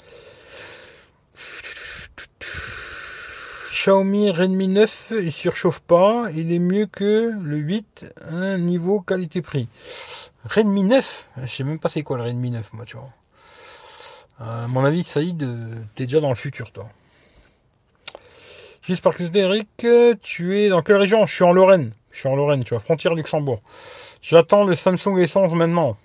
Xiaomi Redmi neuf, il surchauffe pas. Il est mieux que le huit, hein, niveau qualité-prix. Redmi neuf, je sais même pas c'est quoi le Redmi neuf, moi, tu vois. À mon avis, Saïd, t'es déjà dans le futur, toi. Juste par curiosité, Eric, tu es dans quelle région? Je suis en Lorraine. Je suis en Lorraine, tu vois, frontière Luxembourg. J'attends le Samsung S onze maintenant.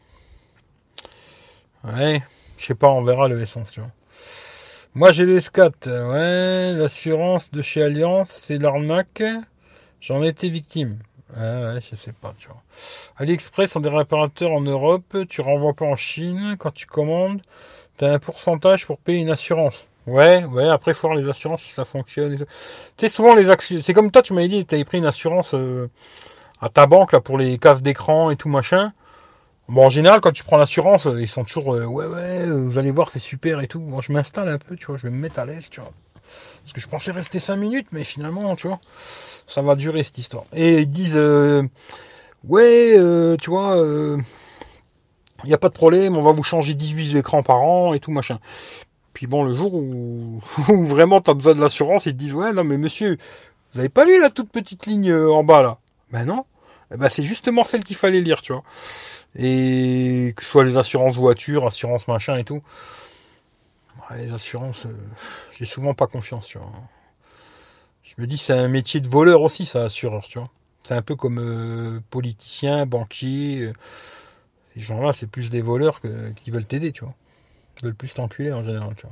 Ouais, je sais pas, on verra le S onze, tu vois. Moi, j'ai le S quatre. Ouais, l'assurance de chez Allianz, c'est l'arnaque. J'en ai été victime. Ah ouais, je sais pas, tu vois. AliExpress sont des réparateurs en Europe. Tu renvoies pas en Chine. Quand tu commandes, t'as un pourcentage pour payer une assurance. Ouais, ouais, après, il faut voir les assurances si ça fonctionne. Tu sais, souvent, les actions. C'est comme toi, tu m'avais dit, tu avais pris une assurance euh, à ta banque là pour les casses d'écran et tout machin. Bon, en général, quand tu prends l'assurance, ils sont toujours euh, ouais, ouais, vous allez voir, c'est super et tout. Moi, je m'installe un peu, tu vois, je vais me mettre à l'aise, tu vois. Parce que je pensais rester cinq minutes, mais finalement, tu vois, ça va durer cette histoire. Et ils disent, euh, ouais, euh, tu vois, il euh, n'y a pas de problème, on va vous changer dix-huit écrans par an et tout machin. Puis bon, le jour où, où vraiment tu as besoin de l'assurance, ils te disent, ouais, non, mais monsieur, vous avez pas lu la toute petite ligne en bas là? Ben non. Eh ben, c'est justement celle qu'il fallait lire, tu vois. Et que ce soit les assurances voitures, assurances machin et tout. Ouais, les assurances, euh, j'ai souvent pas confiance, tu vois. Je me dis, c'est un métier de voleur aussi, ça, assureur, tu vois. C'est un peu comme euh, politicien, banquier. Euh, ces gens-là, c'est plus des voleurs que, qui veulent t'aider, tu vois. Ils veulent plus t'enculer en général, tu vois.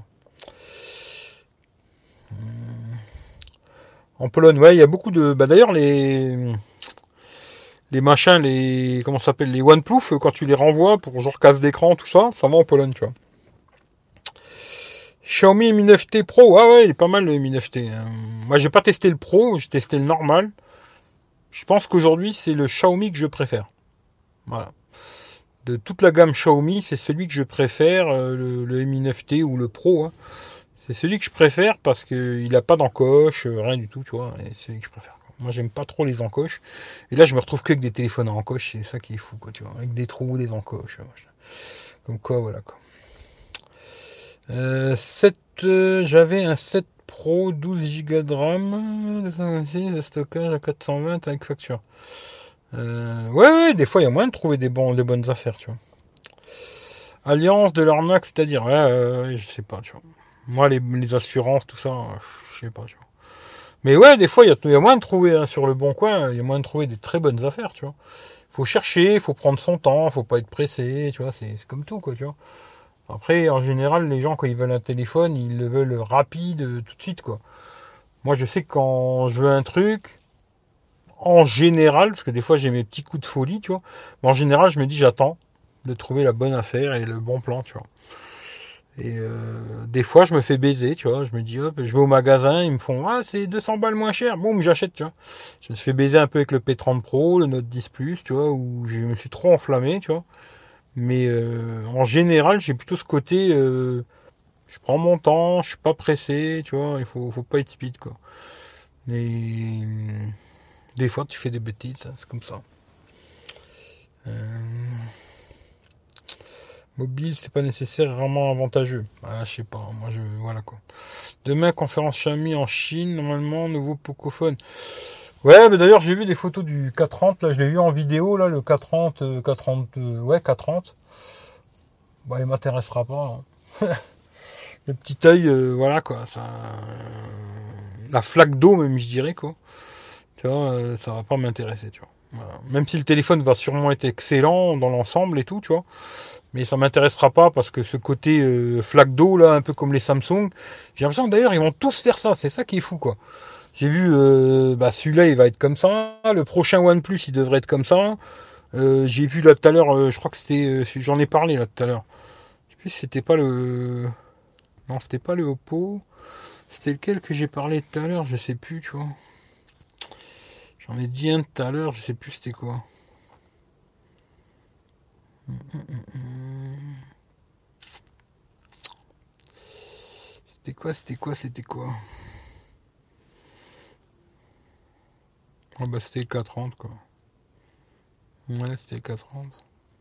En Pologne, ouais, il y a beaucoup de. Bah d'ailleurs, les. Les machins, les. Comment ça s'appelle? Les OnePlus, quand tu les renvoies pour genre casse d'écran, tout ça, ça va en Pologne, tu vois. Xiaomi Mi neuf T Pro, ah ouais, il est pas mal le Mi neuf T. Moi, j'ai pas testé le Pro, j'ai testé le normal. Je pense qu'aujourd'hui, c'est le Xiaomi que je préfère. Voilà. De toute la gamme Xiaomi, c'est celui que je préfère, le, le Mi neuf T ou le Pro. Hein. C'est celui que je préfère parce qu'il n'a pas d'encoche, rien du tout, tu vois. Et c'est celui que je préfère. Moi, j'aime pas trop les encoches. Et là, je me retrouve que avec des téléphones à encoche, c'est ça qui est fou, quoi, tu vois. Avec des trous, des encoches. Comme quoi, voilà, quoi. Euh, sept, euh, j'avais un sept Pro, douze giga de RAM, de stockage à quatre cent vingt avec facture. Euh, ouais, ouais, des fois, il y a moyen de trouver des, bons, des bonnes affaires, tu vois. Alliance de l'arnaque, c'est-à-dire, ouais, euh, je sais pas, tu vois. Moi, les, les assurances, tout ça, je sais pas, tu vois. Mais ouais, des fois, il y a, y a moyen de trouver, hein, sur le bon coin, il y a moyen de trouver des très bonnes affaires, tu vois. Faut chercher, faut prendre son temps, faut pas être pressé, tu vois, c'est, c'est comme tout, quoi, tu vois. Après, en général, les gens, quand ils veulent un téléphone, ils le veulent rapide, tout de suite, quoi. Moi, je sais que quand je veux un truc, en général, parce que des fois, j'ai mes petits coups de folie, tu vois, mais en général, je me dis, j'attends de trouver la bonne affaire et le bon plan, tu vois. Et euh, des fois, je me fais baiser, tu vois. Je me dis, hop, je vais au magasin, ils me font, ah, c'est deux cents balles moins cher. Boum, j'achète, tu vois. Je me suis fait baiser un peu avec le P trente Pro, le Note dix Plus, tu vois, où je me suis trop enflammé, tu vois. Mais euh, en général, j'ai plutôt ce côté, euh, je prends mon temps, je suis pas pressé, tu vois. Il faut, faut pas être speed, quoi. Mais des fois, tu fais des bêtises, hein, c'est comme ça. Euh... Mobile, c'est pas nécessaire, vraiment avantageux. Ah, je sais pas, moi je. Voilà quoi. Demain, conférence Xiaomi en Chine, normalement, nouveau Pocophone. Ouais, mais d'ailleurs, j'ai vu des photos du K trente, là, je l'ai vu en vidéo, là, le K trente, euh, K trente, euh, ouais, K trente. Bah, il m'intéressera pas. Hein. Le petit œil, euh, voilà quoi, ça. La flaque d'eau, même, je dirais, quoi. Tu vois, euh, ça va pas m'intéresser, tu vois. Voilà. Même si le téléphone va sûrement être excellent dans l'ensemble et tout, tu vois. Mais ça m'intéressera pas parce que ce côté euh, flaque d'eau là, un peu comme les Samsung, j'ai l'impression que d'ailleurs ils vont tous faire ça. C'est ça qui est fou quoi. J'ai vu, euh, bah celui-là il va être comme ça. Le prochain OnePlus il devrait être comme ça. Euh, j'ai vu là tout à l'heure, euh, je crois que c'était, euh, j'en ai parlé là tout à l'heure. Je sais plus si c'était pas le, non c'était pas le Oppo. C'était lequel que j'ai parlé tout à l'heure, je sais plus, tu vois. J'en ai dit un tout à l'heure, je sais plus c'était quoi. C'était quoi, c'était quoi, c'était quoi. Ah bah c'était le K trente quoi. Ouais, c'était le K trente.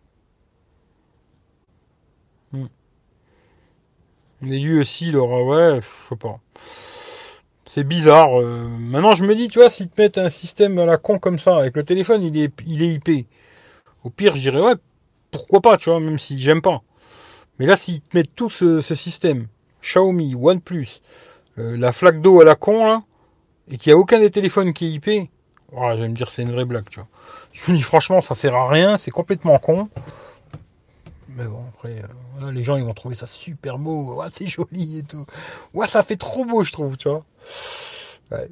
Hmm. Et lui aussi, il aura, ouais, je sais pas. C'est bizarre. euh. Maintenant, je me dis, tu vois, s'ils te mettent un système à la con comme ça, avec le téléphone, il est, il est I P. Au pire, je dirais, ouais, pourquoi pas, tu vois, même si j'aime pas. Mais là, s'ils te mettent tout ce, ce système, Xiaomi, OnePlus, euh, la flaque d'eau à la con, là, et qu'il n'y a aucun des téléphones qui est I P, oh, je vais me dire, c'est une vraie blague, tu vois. Je me dis, franchement, ça sert à rien, c'est complètement con. Mais bon, après, euh, voilà, les gens, ils vont trouver ça super beau. Ouais, c'est joli et tout. Ouais, ça fait trop beau, je trouve, tu vois. Ouais.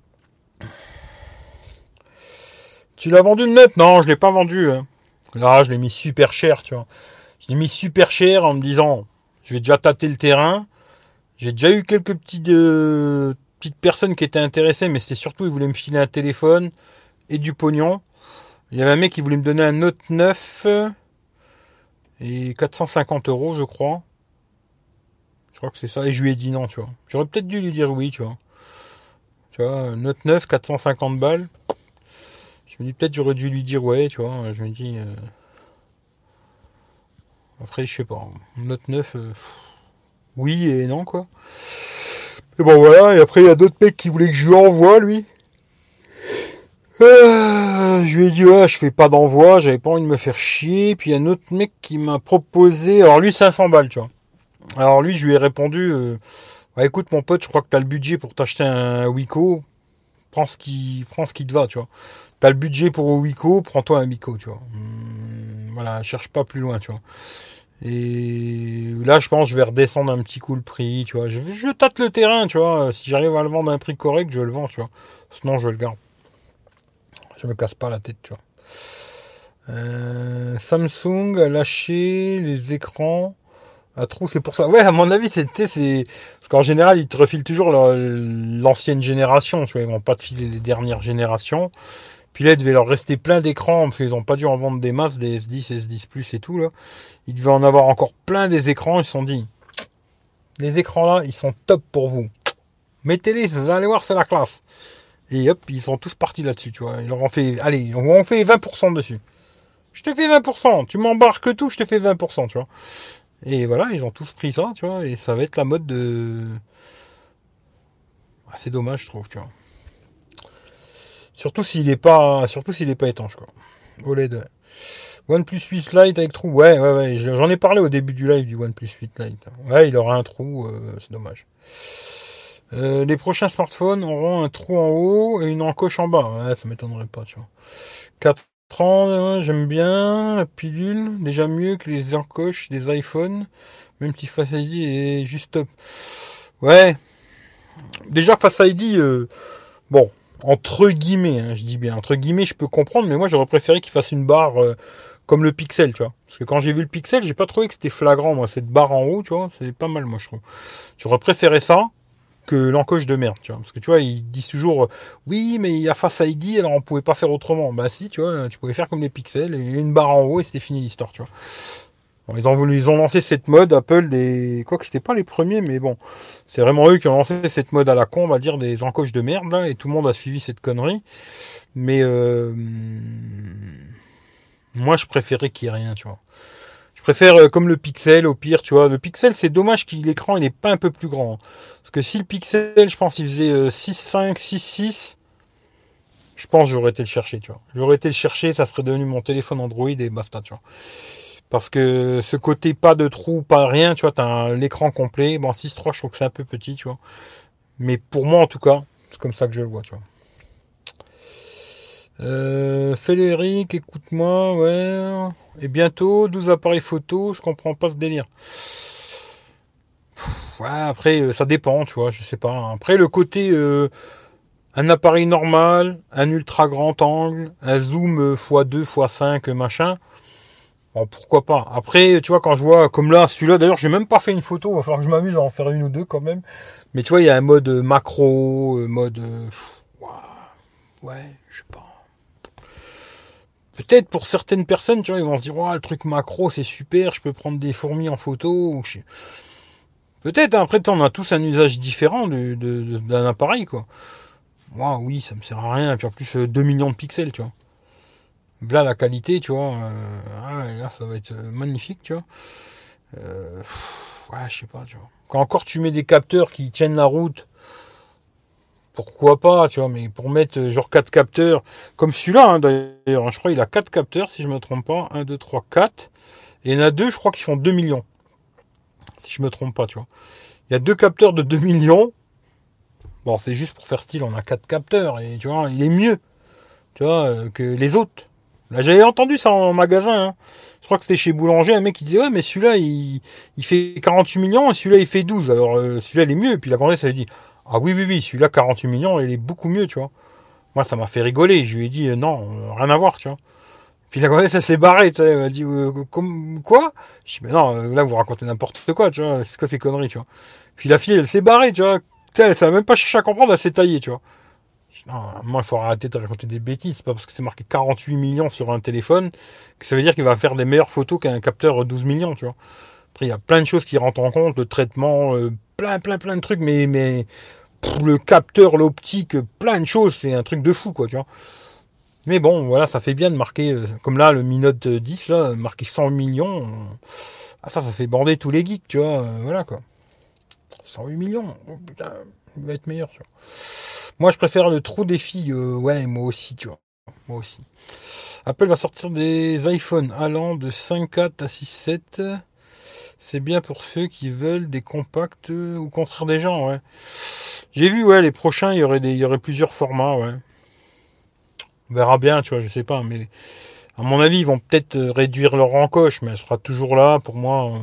Tu l'as vendu le net? Non, je l'ai pas vendu. Hein. Là, je l'ai mis super cher, tu vois. Je l'ai mis super cher en me disant, je vais déjà tâter le terrain. J'ai déjà eu quelques petites, euh, petites personnes qui étaient intéressées, mais c'était surtout, ils voulaient me filer un téléphone et du pognon. Il y avait un mec qui voulait me donner un Note neuf et quatre cent cinquante euros, je crois. Je crois que c'est ça. Et je lui ai dit non, tu vois. J'aurais peut-être dû lui dire oui, tu vois. Tu vois, Note neuf, quatre cent cinquante balles. Je me dis peut-être j'aurais dû lui dire ouais, tu vois. Je me dis... Euh... Après, je sais pas. Note neuf, euh... oui et non, quoi. Et bon, voilà. Et après, il y a d'autres mecs qui voulaient que je lui envoie, lui. Euh, je lui ai dit ouais, je fais pas d'envoi, j'avais pas envie de me faire chier. Puis il y a un autre mec qui m'a proposé, alors lui cinq cents balles, tu vois. Alors lui, je lui ai répondu, euh, ouais, écoute mon pote, je crois que t'as le budget pour t'acheter un Wiko, prends ce qui, prends ce qui te va, tu vois. T'as le budget pour un Wiko, prends-toi un Wiko, tu vois. Hum, voilà, cherche pas plus loin, tu vois. Et là, je pense, je vais redescendre un petit coup le prix, tu vois. Je, je tâte le terrain, tu vois. Si j'arrive à le vendre à un prix correct, je le vends, tu vois. Sinon, je le garde. Je me casse pas la tête, tu vois. Euh, Samsung a lâché les écrans à trous, c'est pour ça. Ouais, à mon avis, c'était, c'est, parce qu'en général, ils te refilent toujours l'ancienne génération, tu vois, ils vont pas te filer les dernières générations. Puis là, il devait leur rester plein d'écrans, parce qu'ils n'ont pas dû en vendre des masses, des S dix, S dix Plus et tout, là. Ils devaient en avoir encore plein des écrans, ils se sont dit, les écrans là, ils sont top pour vous. Mettez-les, vous allez voir, c'est la classe. Et hop, ils sont tous partis là-dessus, tu vois. Ils leur ont fait, allez, ils ont fait vingt pour cent dessus. Je te fais vingt pour cent. Tu m'embarques tout, je te fais vingt pour cent, tu vois. Et voilà, ils ont tous pris ça, tu vois. Et ça va être la mode de... Ah, c'est dommage, je trouve, tu vois. Surtout s'il est pas, surtout s'il est pas étanche, quoi. O L E D. OnePlus huit Lite avec trou. Ouais, ouais, ouais. J'en ai parlé au début du live du OnePlus huit Lite. Ouais, il aura un trou, euh, c'est dommage. Euh, les prochains smartphones auront un trou en haut et une encoche en bas. Ouais, ça m'étonnerait pas, tu vois. quatre ans, hein, j'aime bien. La pilule, déjà mieux que les encoches des iPhones. Même si Face I D est juste top. Ouais. Déjà, Face I D, euh, bon, entre guillemets, hein, je dis bien, entre guillemets, je peux comprendre, mais moi, j'aurais préféré qu'il fasse une barre euh, comme le Pixel, tu vois. Parce que quand j'ai vu le Pixel, j'ai pas trouvé que c'était flagrant, moi. Cette barre en haut, tu vois, c'est pas mal, moi, je trouve. J'aurais préféré ça que l'encoche de merde, tu vois. Parce que tu vois, ils disent toujours, euh, oui, mais il y a Face I D, alors on pouvait pas faire autrement. Bah si, tu vois, tu pouvais faire comme les pixels, et une barre en haut, et c'était fini l'histoire, tu vois. Bon, ils, ont voulu, ils ont lancé cette mode, Apple, des... quoi que c'était pas les premiers, mais bon, c'est vraiment eux qui ont lancé cette mode à la con, on va dire, des encoches de merde, là, et tout le monde a suivi cette connerie. Mais euh... moi, je préférais qu'il n'y ait rien, tu vois. Je préfère euh, comme le Pixel, au pire, tu vois. Le Pixel, c'est dommage que l'écran, il n'est pas un peu plus grand. Parce que si le Pixel, je pense, il faisait euh, six cinq, six six, je pense que j'aurais été le chercher, tu vois. J'aurais été le chercher, ça serait devenu mon téléphone Android et basta, tu vois. Parce que ce côté pas de trou, pas rien, tu vois, t'as l'écran complet. Bon, six trois, je trouve que c'est un peu petit, tu vois. Mais pour moi, en tout cas, c'est comme ça que je le vois, tu vois. Euh, Frédéric, écoute-moi, ouais. Et bientôt, douze appareils photo, je comprends pas ce délire. Ouais, après, euh, ça dépend, tu vois, je sais pas. Après, le côté, euh, un appareil normal, un ultra grand angle, un zoom euh, fois deux, fois cinq, euh, machin. Bon, pourquoi pas. Après, tu vois, quand je vois, comme là, celui-là, d'ailleurs, j'ai même pas fait une photo, il va falloir que je m'amuse à en faire une ou deux quand même. Mais tu vois, il y a un mode euh, macro, euh, mode... euh, ouais, je sais pas. Peut-être pour certaines personnes, tu vois, ils vont se dire, ouais, le truc macro, c'est super, je peux prendre des fourmis en photo. Ou je... Peut-être, hein, après, on a tous un usage différent de, de, de- d'un appareil, quoi. Moi, oui, ça me sert à rien. Et puis en plus, euh, deux millions de pixels, tu vois. Là, la qualité, tu vois, euh, ah ouais, là, ça va être euh, magnifique, tu vois. Euh, pff, ouais, je sais pas, tu vois. Quand encore tu mets des capteurs qui tiennent la route, pourquoi pas, tu vois, mais pour mettre euh, genre quatre capteurs, comme celui-là, hein, d'ailleurs, hein, je crois qu'il a quatre capteurs, si je me trompe pas, un, deux, trois, quatre, et il y en a deux, je crois, qui font deux millions, si je me trompe pas, tu vois. Il y a deux capteurs de deux millions, bon, c'est juste pour faire style, on a quatre capteurs, et tu vois, il est mieux, tu vois, euh, que les autres. Là, j'avais entendu ça en magasin, hein. Je crois que c'était chez Boulanger, un mec qui disait, ouais, mais celui-là, il, il fait quarante-huit millions, et celui-là, il fait douze. Alors, euh, celui-là, il est mieux. Et puis la grande, ça lui dit, ah oui, oui, oui, celui-là, quarante-huit millions, il est beaucoup mieux, tu vois. Moi, ça m'a fait rigoler. Je lui ai dit, euh, non, euh, rien à voir, tu vois. Puis la grande, ça s'est barré, tu sais. Elle m'a dit, euh, comme, quoi? Je dis, mais non, euh, là, vous racontez n'importe quoi, tu vois. C'est quoi ces conneries, tu vois. Puis la fille, elle s'est barrée, tu vois. Tu sais, elle savait même pas chercher à comprendre, elle s'est taillée, tu vois. Non, moi, il faut arrêter de raconter des bêtises. C'est pas parce que c'est marqué quarante-huit millions sur un téléphone que ça veut dire qu'il va faire des meilleures photos qu'un capteur douze millions, tu vois. Après, il y a plein de choses qui rentrent en compte, le traitement, euh, plein, plein, plein de trucs, mais, mais pff, le capteur, l'optique, plein de choses, c'est un truc de fou, quoi, tu vois. Mais bon, voilà, ça fait bien de marquer, euh, comme là, le Mi Note dix, là, marqué cent millions. euh, ah, ça, ça fait bander tous les geeks, tu vois. euh, voilà, quoi. cent huit millions. Oh, putain, il va être meilleur, tu vois. Moi, je préfère le trou des filles. euh, ouais, moi aussi, tu vois. Moi aussi. Apple va sortir des iPhones allant de cinq virgule quatre à six virgule sept. C'est bien pour ceux qui veulent des compacts euh, ou au contraire des gens, ouais. J'ai vu, ouais, les prochains, il y aurait des, il y aurait plusieurs formats, ouais. On verra bien, tu vois, je sais pas, mais à mon avis, ils vont peut-être euh, réduire leur encoche, mais elle sera toujours là pour moi. euh.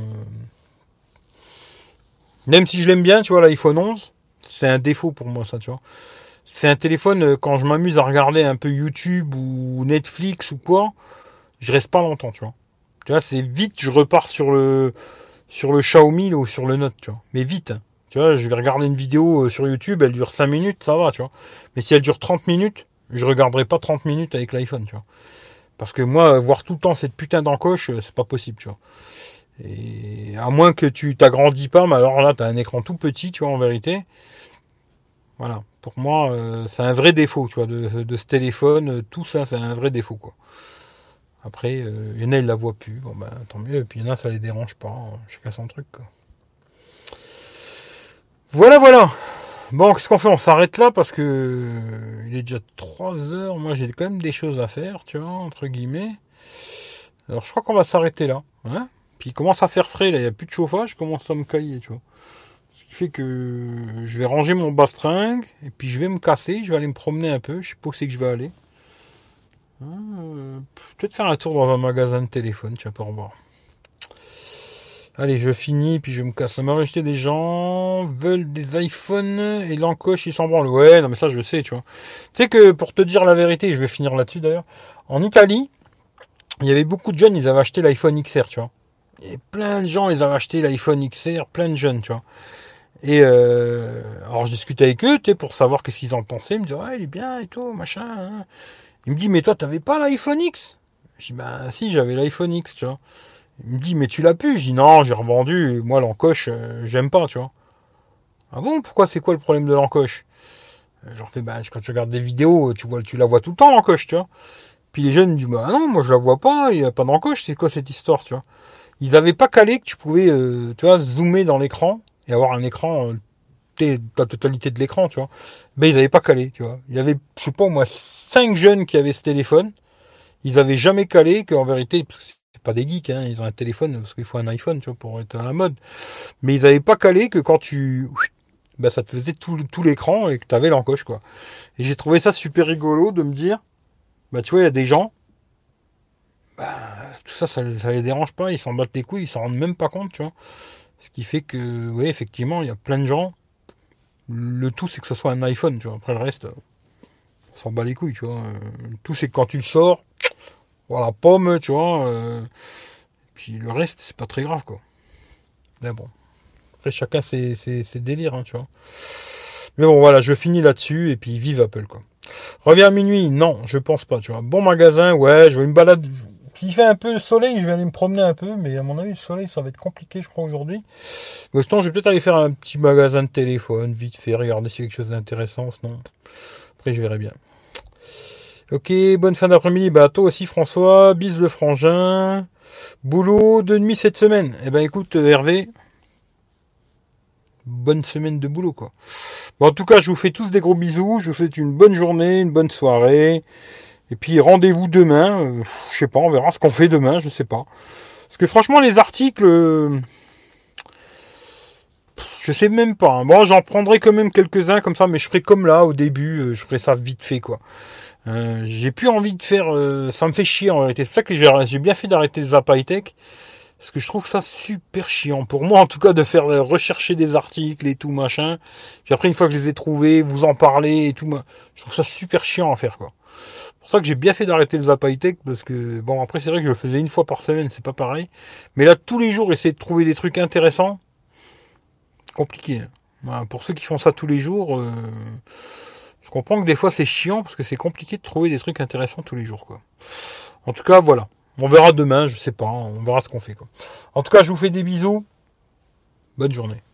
Même si je l'aime bien, tu vois, l'iPhone onze, c'est un défaut pour moi, ça, tu vois. C'est un téléphone, euh, quand je m'amuse à regarder un peu YouTube ou Netflix ou quoi, je reste pas longtemps, tu vois. Tu vois, c'est vite, je repars sur le, sur le Xiaomi là, ou sur le Note, tu vois. Mais vite, hein. Tu vois, je vais regarder une vidéo euh, sur YouTube, elle dure cinq minutes, ça va, tu vois. Mais si elle dure trente minutes, je regarderai pas trente minutes avec l'iPhone, tu vois. Parce que moi, euh, voir tout le temps cette putain d'encoche, euh, c'est pas possible, tu vois. Et à moins que tu t'agrandis pas, mais alors là, t'as un écran tout petit, tu vois, en vérité. Voilà. Pour moi, euh, c'est un vrai défaut, tu vois, de, de ce téléphone. euh, Tout ça, c'est un vrai défaut, quoi. Après, euh, il y en a, ils la voient plus. Bon, ben, tant mieux. Et puis, il y en a, ça les dérange pas. hein. Chacun son truc, quoi. Voilà, voilà. Bon, qu'est-ce qu'on fait? On s'arrête là parce que euh, il est déjà trois heures. Moi, j'ai quand même des choses à faire, tu vois, entre guillemets. Alors, je crois qu'on va s'arrêter là. Hein. Puis, il commence à faire frais, là. Il n'y a plus de chauffage. Je commence à me cailler, tu vois. Ce qui fait que je vais ranger mon bastringue. Et puis, je vais me casser. Je vais aller me promener un peu. Je sais pas où c'est que je vais aller. Euh, Peut-être faire un tour dans un magasin de téléphone, tiens, pour voir. Allez, je finis, puis je me casse. La majorité des gens veulent des iPhones et l'encoche, ils s'en branlent. Ouais, non, mais ça, je sais, tu vois. Tu sais que, pour te dire la vérité, je vais finir là-dessus d'ailleurs, en Italie, il y avait beaucoup de jeunes, ils avaient acheté l'iPhone X R, tu vois. Et plein de gens, ils avaient acheté l'iPhone X R, plein de jeunes, tu vois. Et euh, alors, je discutais avec eux, tu sais, pour savoir qu'est-ce qu'ils en pensaient. Ils me disaient, ouais, il est bien et tout, machin. Hein. Il me dit, mais toi, t'avais pas l'iPhone X? Je dis, bah si, j'avais l'iPhone X, tu vois. Il me dit, mais tu l'as pu? Je dis, non, j'ai revendu. Moi, l'encoche, euh, j'aime pas, tu vois. Ah bon, pourquoi? C'est quoi le problème de l'encoche? Euh, J'en fais, bah, quand tu regardes des vidéos, tu vois, tu la vois tout le temps, l'encoche, tu vois. Puis les jeunes me disent, bah non, moi, je la vois pas, il n'y a pas d'encoche, c'est quoi cette histoire, tu vois. Ils avaient pas calé que tu pouvais, euh, tu vois, zoomer dans l'écran et avoir un écran, euh, la totalité de l'écran, tu vois. Mais ils avaient pas calé, tu vois. Il y avait, je sais pas, moi, cinq jeunes qui avaient ce téléphone. Ils avaient jamais calé qu'en vérité, parce que c'est pas des geeks, hein, ils ont un téléphone parce qu'il faut un iPhone, tu vois, pour être à la mode. Mais ils avaient pas calé que quand tu, bah, ça te faisait tout, tout l'écran et que t'avais l'encoche, quoi. Et j'ai trouvé ça super rigolo de me dire, bah, tu vois, il y a des gens, bah, tout ça, ça, ça les dérange pas, ils s'en battent les couilles, ils s'en rendent même pas compte, tu vois. Ce qui fait que, oui, effectivement, il y a plein de gens. Le tout, c'est que ce soit un iPhone, tu vois. Après le reste, on s'en bat les couilles, tu vois. Le tout, c'est que quand tu le sors, voilà, pomme, tu vois. Euh, puis le reste, c'est pas très grave, quoi. Mais bon. Après, chacun ses, ses, ses délires, hein, tu vois. Mais bon, voilà, je finis là-dessus, et puis vive Apple, quoi. Reviens à minuit, non, je pense pas, tu vois. Bon magasin, ouais, je vais me balade. S'il fait un peu de soleil, je vais aller me promener un peu, mais à mon avis, le soleil, ça va être compliqué, je crois, aujourd'hui. Mais sinon, je vais peut-être aller faire un petit magasin de téléphone, vite fait, regarder s'il y a quelque chose d'intéressant, sinon, après, je verrai bien. Ok, bonne fin d'après-midi, bah, toi aussi, François, bise le frangin. Boulot de nuit cette semaine. Eh ben, écoute, Hervé, bonne semaine de boulot, quoi. Bon, en tout cas, je vous fais tous des gros bisous, je vous souhaite une bonne journée, une bonne soirée. Et puis rendez-vous demain. Euh, je sais pas, on verra ce qu'on fait demain, je sais pas. Parce que franchement, les articles, euh, je sais même pas. Hein. Bon, j'en prendrai quand même quelques-uns comme ça, mais je ferai comme là au début. Euh, je ferai ça vite fait, quoi. Euh, j'ai plus envie de faire. Euh, ça me fait chier en réalité. C'est pour ça que j'ai, j'ai bien fait d'arrêter le Zap High Tech. Parce que je trouve ça super chiant. Pour moi, en tout cas, de faire euh, rechercher des articles et tout machin. Puis après, une fois que je les ai trouvés, vous en parler et tout. Je trouve ça super chiant à faire, quoi. C'est pour ça que j'ai bien fait d'arrêter le Zap High Tech, parce que, bon, après, c'est vrai que je le faisais une fois par semaine, c'est pas pareil. Mais là, tous les jours, essayer de trouver des trucs intéressants, compliqué. Hein. Voilà, pour ceux qui font ça tous les jours, euh, je comprends que des fois, c'est chiant, parce que c'est compliqué de trouver des trucs intéressants tous les jours, quoi. En tout cas, voilà. On verra demain, je sais pas, on verra ce qu'on fait, quoi. En tout cas, je vous fais des bisous. Bonne journée.